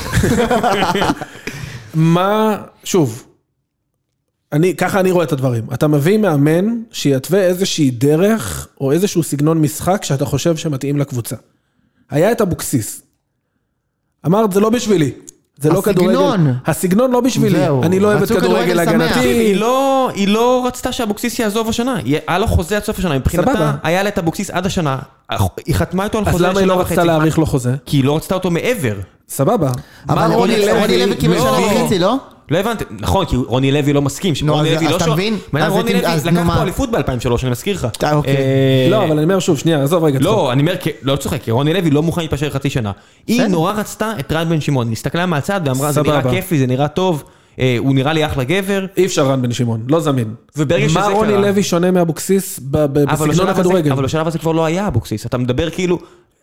מה, שוב, ככה אני רואה את הדברים. אתה מביא מאמן שיתווה איזושהי דרך או איזשהו סגנון משחק שאתה חושב שמתאים לקבוצה. היה את אבוקסיס. אמרת, זה לא בשבילי. זה לא כדורגל. הסגנון לא בשבילי. אני לא אוהב את כדורגל הגנתי. היא לא רצתה שאבוקסיס יעזוב השנה. היה לו חוזה עד סוף השנה. מבחינתה, היה לה את אבוקסיס עד השנה. היא חתמה איתו על חוזה לשנה וחצי. אז למה היא לא רצתה להאריך לו חוזה? כי היא לא רצתה אותו מעבר. סבבה. אבל רוני לוי קיבל שנה וחצי, לא? לא הבנתי, נכון, כי רוני לוי לא מסכים. רוני לוי לא שואל. רוני לוי לקח פה אליפות ב-2003, אני מזכיר לך. לא, אבל אני אומר שוב, שנייה, עזוב רגע. לא, אני אומר, לא צוחק, כי רוני לוי לא מוכן להתפשר חצי שנה. היא נורא רצתה את רן בן שמעון, נסתכלה מהצד ואמרה, זה נראה כיפי, זה נראה טוב, הוא נראה לי אחלה גבר. אי אפשר רן בן שמעון, לא זמין. מה רוני לוי שונה מאבוקסיס בסגנון הכדורגל? אבל בשלב הזה כבר לא היה אבוקסיס, אתה מדבר כאילו...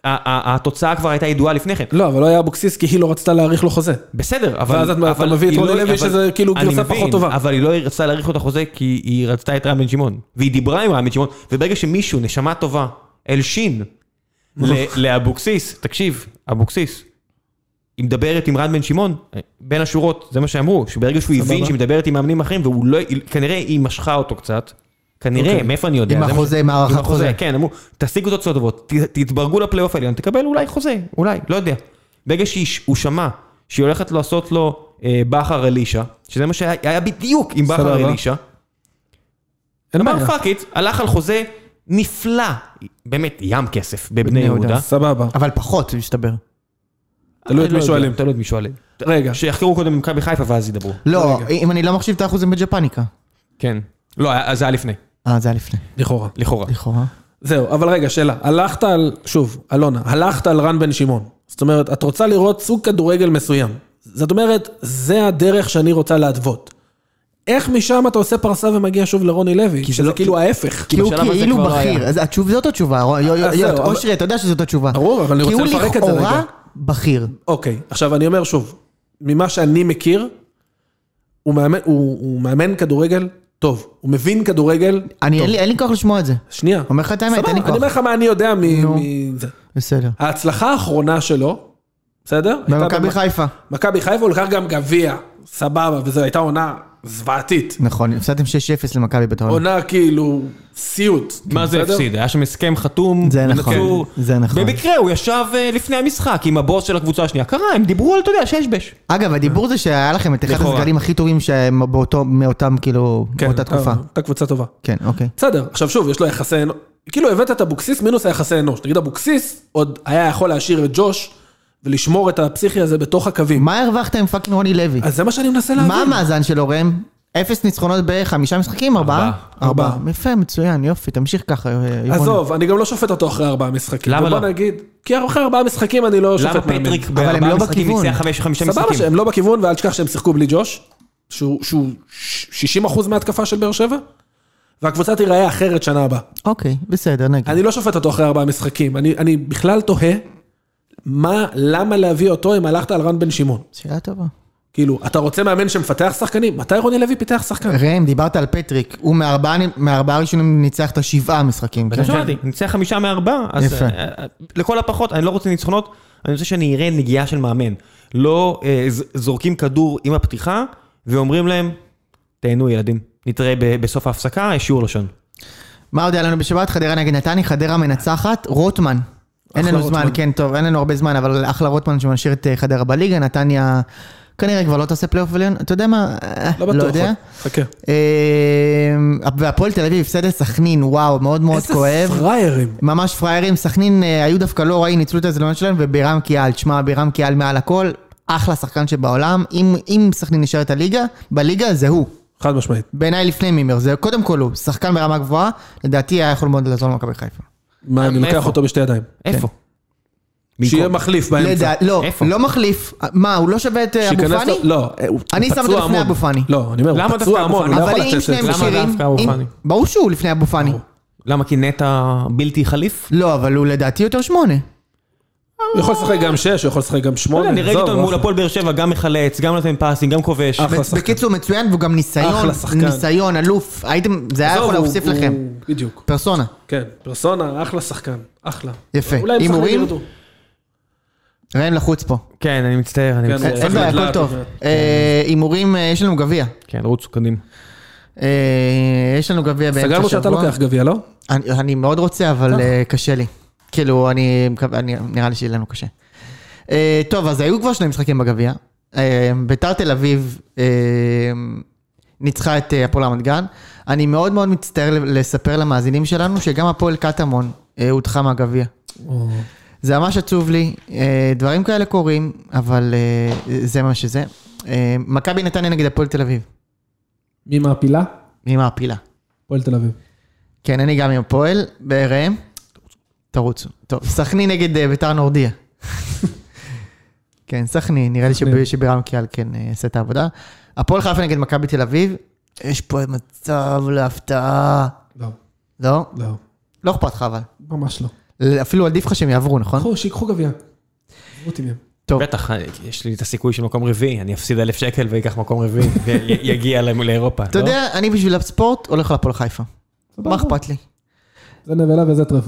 התוצאה כבר הייתה ידועה לפני כן. לא, אבל לא היה אבוקסיס, כי היא לא רצתה להאריך לו חוזה. בסדר, ואז אתה מביא את רוני לוי, שזה כאילו גרסה פחות טובה. אבל היא לא רצתה להאריך לו את החוזה, כי היא רצתה את רן בן שמעון. והיא דיברה עם רן בן שמעון, וברגע שמישהו, נשמה טובה, אלשין, לאבוקסיס, תקשיב, אבוקסיס, היא מדברת עם רן בן שמעון, בין השורות, זה מה שאמרו, שברגע שהוא הבין שהיא מדברת עם מאמנים אחרים, וכנראה היא משכה אותו קצת, כנראה, מאיפה אני יודע? עם החוזה, עם הערכת חוזה. כן, אמרו, תשיגו תוצאות טובות, תתברגו לפלייאוף העליון, תקבל אולי חוזה, אולי, לא יודע. ברגע שהוא שמע שהיא הולכת לעשות לו בכר אלישה, שזה מה שהיה בדיוק עם בכר אלישה, אמר פאקית, הלך על חוזה נפלא, באמת ים כסף בבני יהודה. סבבה. אבל פחות, מסתבר. תלוי את מי שואלים. תלוי את מי שואלים. רגע. שיחקרו קודם מכבי חיפה ואז ידברו. לא, אם אני לא מחשיב את האחוזים בג'פניקה. כן. לא, זה היה לפני. זה היה לפני. לכאורה. זהו, אבל רגע, שאלה. הלכת על, שוב, אלונה, הלכת על רן בן שמעון. זאת אומרת, את רוצה לראות סוג כדורגל מסוים. זאת אומרת, זה הדרך שאני רוצה להתוות. איך משם אתה עושה פרסה ומגיע שוב לרוני לוי? שזה כאילו ההפך. כי הוא כאילו בכיר. זאת התשובה. אושרי, אתה יודע שזאת התשובה. ברור, אבל אני רוצה לפרק את זה רגע. כי הוא לכאורה בכיר. אוקיי, עכשיו אני אומר שוב, ממה שאני מכיר, הוא מאמן כדורגל טוב. הוא מבין כדורגל טוב. אין לי כוח לשמוע את זה. שנייה. אומר לך את האמת, אין לי כוח. אני אומר לך מה אני יודע מזה. בסדר. ההצלחה האחרונה שלו, בסדר? במכבי חיפה. מכבי חיפה הוא לקח גם גביע, סבבה, וזו הייתה עונה זוועתית. נכון, הפסדתם 6-0 למכבי בתור. עונה כאילו סיוט. מה זה הפסיד? היה שם הסכם חתום. זה נכון, זה נכון. במקרה הוא ישב לפני המשחק עם הבוס של הקבוצה השנייה. קרה, הם דיברו על, אתה יודע, שש-בש. אגב, הדיבור זה שהיה לכם את אחד הסגלים הכי טובים מאותם כאילו, באותה תקופה. הייתה קבוצה טובה. כן, אוקיי. בסדר, עכשיו שוב, יש לו יחסי אנוש. כאילו הבאת את אבוקסיס מינוס היחסי אנוש. תגיד, אבוקסיס עוד היה יכול להשאיר את ג'וש ולשמור את הפסיכי הזה בתוך הקווים. מה הרווחת עם פאקינג רוני לוי? אז זה מה שאני מנסה להבין. מה המאזן של אורם? 0 ניצחונות ב5 משחקים? 4? 4. יפה, מצוין, יופי, תמשיך ככה. עזוב, אני גם לא שופט אותו אחרי 4 משחקים. למה לא? בוא נגיד, כי אחרי 4 משחקים אני לא שופט מאמן. למה פטריק אבל הם לא ב4 משחקים בכיוון. ניצח 5 משחקים? סבבה שהם לא בכיוון, ואל תשכח שהם שיחקו בלי ג'וש, שהוא 60% מהתקפה של באר שבע, והקבוצה תיראה אחרת שנה הבאה. אוקיי, בסדר, נגיד. אני לא שופט אותו אחרי 4 משחקים, אני בכלל תוהה, למה להביא אותו אם הלכת על רן בן שמעון? שאלה טובה. כאילו, אתה רוצה מאמן שמפתח שחקנים? מתי רוני לוי פיתח שחקן? ראם, דיברת על פטריק, הוא מארבעה ראשונים ניצח את 7 משחקים. ניצח 5 מ4, אז לכל הפחות, אני לא רוצה ניצחונות, אני רוצה שאני אראה נגיעה של מאמן. לא זורקים כדור עם הפתיחה, ואומרים להם, תהנו ילדים, נתראה בסוף ההפסקה, שיעור לשון. מה עוד היה לנו בשבת? חדרה נגד נתניה, חדרה מנצחת, רוטמן. אין לנו זמן, כן, טוב, אין לנו הרבה זמן, אבל אחלה רוטמן שמשאיר את חדרה בליגה, נתניה כנראה כבר לא תעשה פלייאוף עליון, אתה יודע מה? לא יודע. חכה. והפועל תל אביב הפסד לסכנין, וואו, מאוד מאוד כואב. איזה פריירים. ממש פריירים, סכנין היו דווקא לא רעים, ניצלו את הזלונות שלהם, ובירם קיאל, תשמע, בירם קיאל מעל הכל, אחלה שחקן שבעולם, אם סכנין נשאר את הליגה, בליגה זה הוא. חד משמעית. בעיניי לפני מימר, זה קודם כל הוא, שחקן ברמה גבוהה, לדעתי היה יכול מאוד לעזור למכבי חיפה. מה, אני לוקח אותו בשתי ידיים. איפה? שיהיה מחליף באמצע. לא מחליף. מה, הוא לא שווה את אבו פאני? לא, אני שם את זה לפני אבו פאני. לא, אני אומר, הוא פצוע המון, הוא לא יכול לצאת. למה דווקא אבו פאני? ברור שהוא לפני אבו פאני. למה? כי נטע בלתי חליף? לא, אבל הוא לדעתי יותר 8. הוא יכול לשחק גם 6, הוא יכול לשחק גם 8. אני ראיתי אותו מול הפועל באר שבע, גם מחלץ, גם נותן פאסים, גם כובש. בקיצור מצוין, והוא גם ניסיון, אלוף. זה היה יכול להוסיף לכם. בדיוק. פרסונה. כן, פרסונה, אחלה שחקן, אחלה. יפה. הימורים? ראם לחוץ פה. כן, אני מצטער. אין בעיה, הכל טוב. הימורים, יש לנו גביע. כן, רוצו קדימה. יש לנו גביע באמצע שבוע. סגרנו שאתה לוקח גביע, לא? אני מאוד רוצה, אבל קשה לי. כאילו, נראה לי שיהיה לנו קשה. טוב, אז היו כבר 2 משחקים בגביע. ביתר תל אביב ניצחה את הפועל רמת גן. אני מאוד מאוד מצטער לספר למאזינים שלנו, שגם הפועל קטמון הודחה מהגביע. זה ממש עצוב לי, דברים כאלה קורים, אבל זה מה שזה. מכבי נתניה נגד הפועל תל אביב. מי מעפילה? מי מעפילה? הפועל תל אביב. כן, אני גם עם הפועל, ראם. תרוצו. טוב, סכנין נגד ביתר נורדיה. כן, סכנין, נראה לי שבירם קיאל כן עשה את העבודה. הפועל חיפה נגד מכבי תל אביב, יש פה מצב להפתעה. לא. לא? לא. לא אכפת לך אבל. ממש לא. אפילו עדיף לך שהם יעברו, נכון? שיקחו גביע. טוב. בטח, יש לי את הסיכוי של מקום רביעי, אני אפסיד 1,000 שקל ויקח מקום רביעי, ויגיע לאירופה. אתה יודע, אני בשביל הספורט הולך להפועל חיפה. מה אכפת לי? זה נבלה וזה טרפה.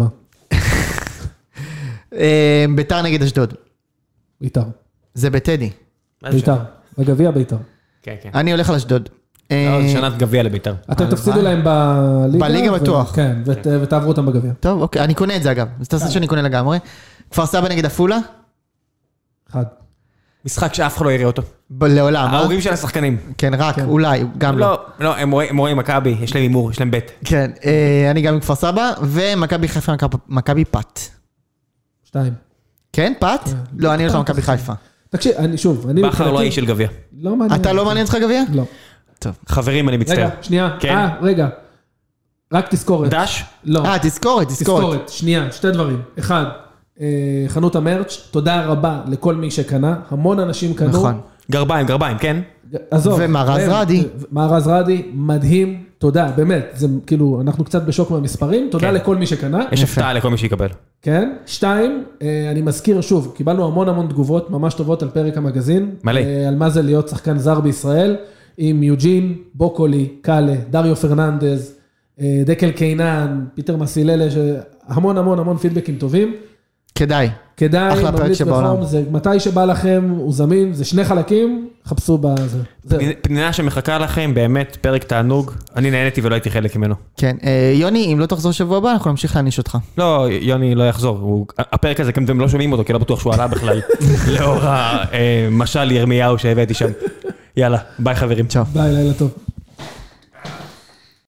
ביתר נגד אשדוד. ביתר. זה בטדי. ביתר. בגביע ביתר. כן, כן. אני הולך על אשדוד. לא, זה שנת גביע לביתר. אתם תפסידו להם בליגה. בליגה בטוח. כן, ותעברו אותם בגביע. טוב, אוקיי, אני קונה את זה אגב. זה תעשה שאני קונה לגמרי. כפר סבא נגד עפולה? 1. משחק שאף אחד לא יראה אותו. לעולם. ההורים של השחקנים. כן, רק, אולי, גם לא. לא, הם רואים מכבי, יש להם הימור, יש להם בית. כן, אני גם עם כפר סבא, ומכבי חיפה, מכבי פת. 2. כן, פת? לא, אני הולך למכבי חיפה. תקשיב, שוב, אני... בכר לא האיש של גביע. לא מעניין. אתה לא מעניין אותך גביע? לא. טוב. חברים, אני מצטער. רגע, שנייה. כן. רגע. רק תזכורת. דש? לא. תזכורת. שנייה, 2 דברים. 1, חנות המרץ', תודה רבה לכל מי שקנה. המון אנשים קנו. נכון. גרביים, כן? עזוב. ומארז רדי. מארז רדי, מדהים. תודה, באמת. זה כאילו, אנחנו קצת בשוק מהמספרים. תודה לכל מי שקנה. יש הפתעה לכל מי שיקבל. כן. 2, אני מזכיר שוב, קיבלנו המון תגובות ממש טובות על פרק המגזין. מלא. על מה זה להיות שחקן זר בישראל, עם יוג'ין, בוקולי, קאלה, דריו פרננדז, דקל קיינן, פיטר מסיללה, המון פידבקים טובים. כדאי. אחלה פרק שבעולם. זה מתי שבא לכם, הוא זמין, זה 2 חלקים, חפשו בזה. פנינה שמחכה לכם, באמת פרק תענוג, אני נהניתי ולא הייתי חלק ממנו. כן, יוני, אם לא תחזור שבוע הבא, אנחנו נמשיך להניש אותך. לא, יוני לא יחזור, הפרק הזה, אתם לא שומעים אותו, כי לא בטוח שהוא עלה בכלל, לאור המשל ירמיהו שהבאתי שם. יאללה, ביי חברים. צ'או. ביי, לילה טוב.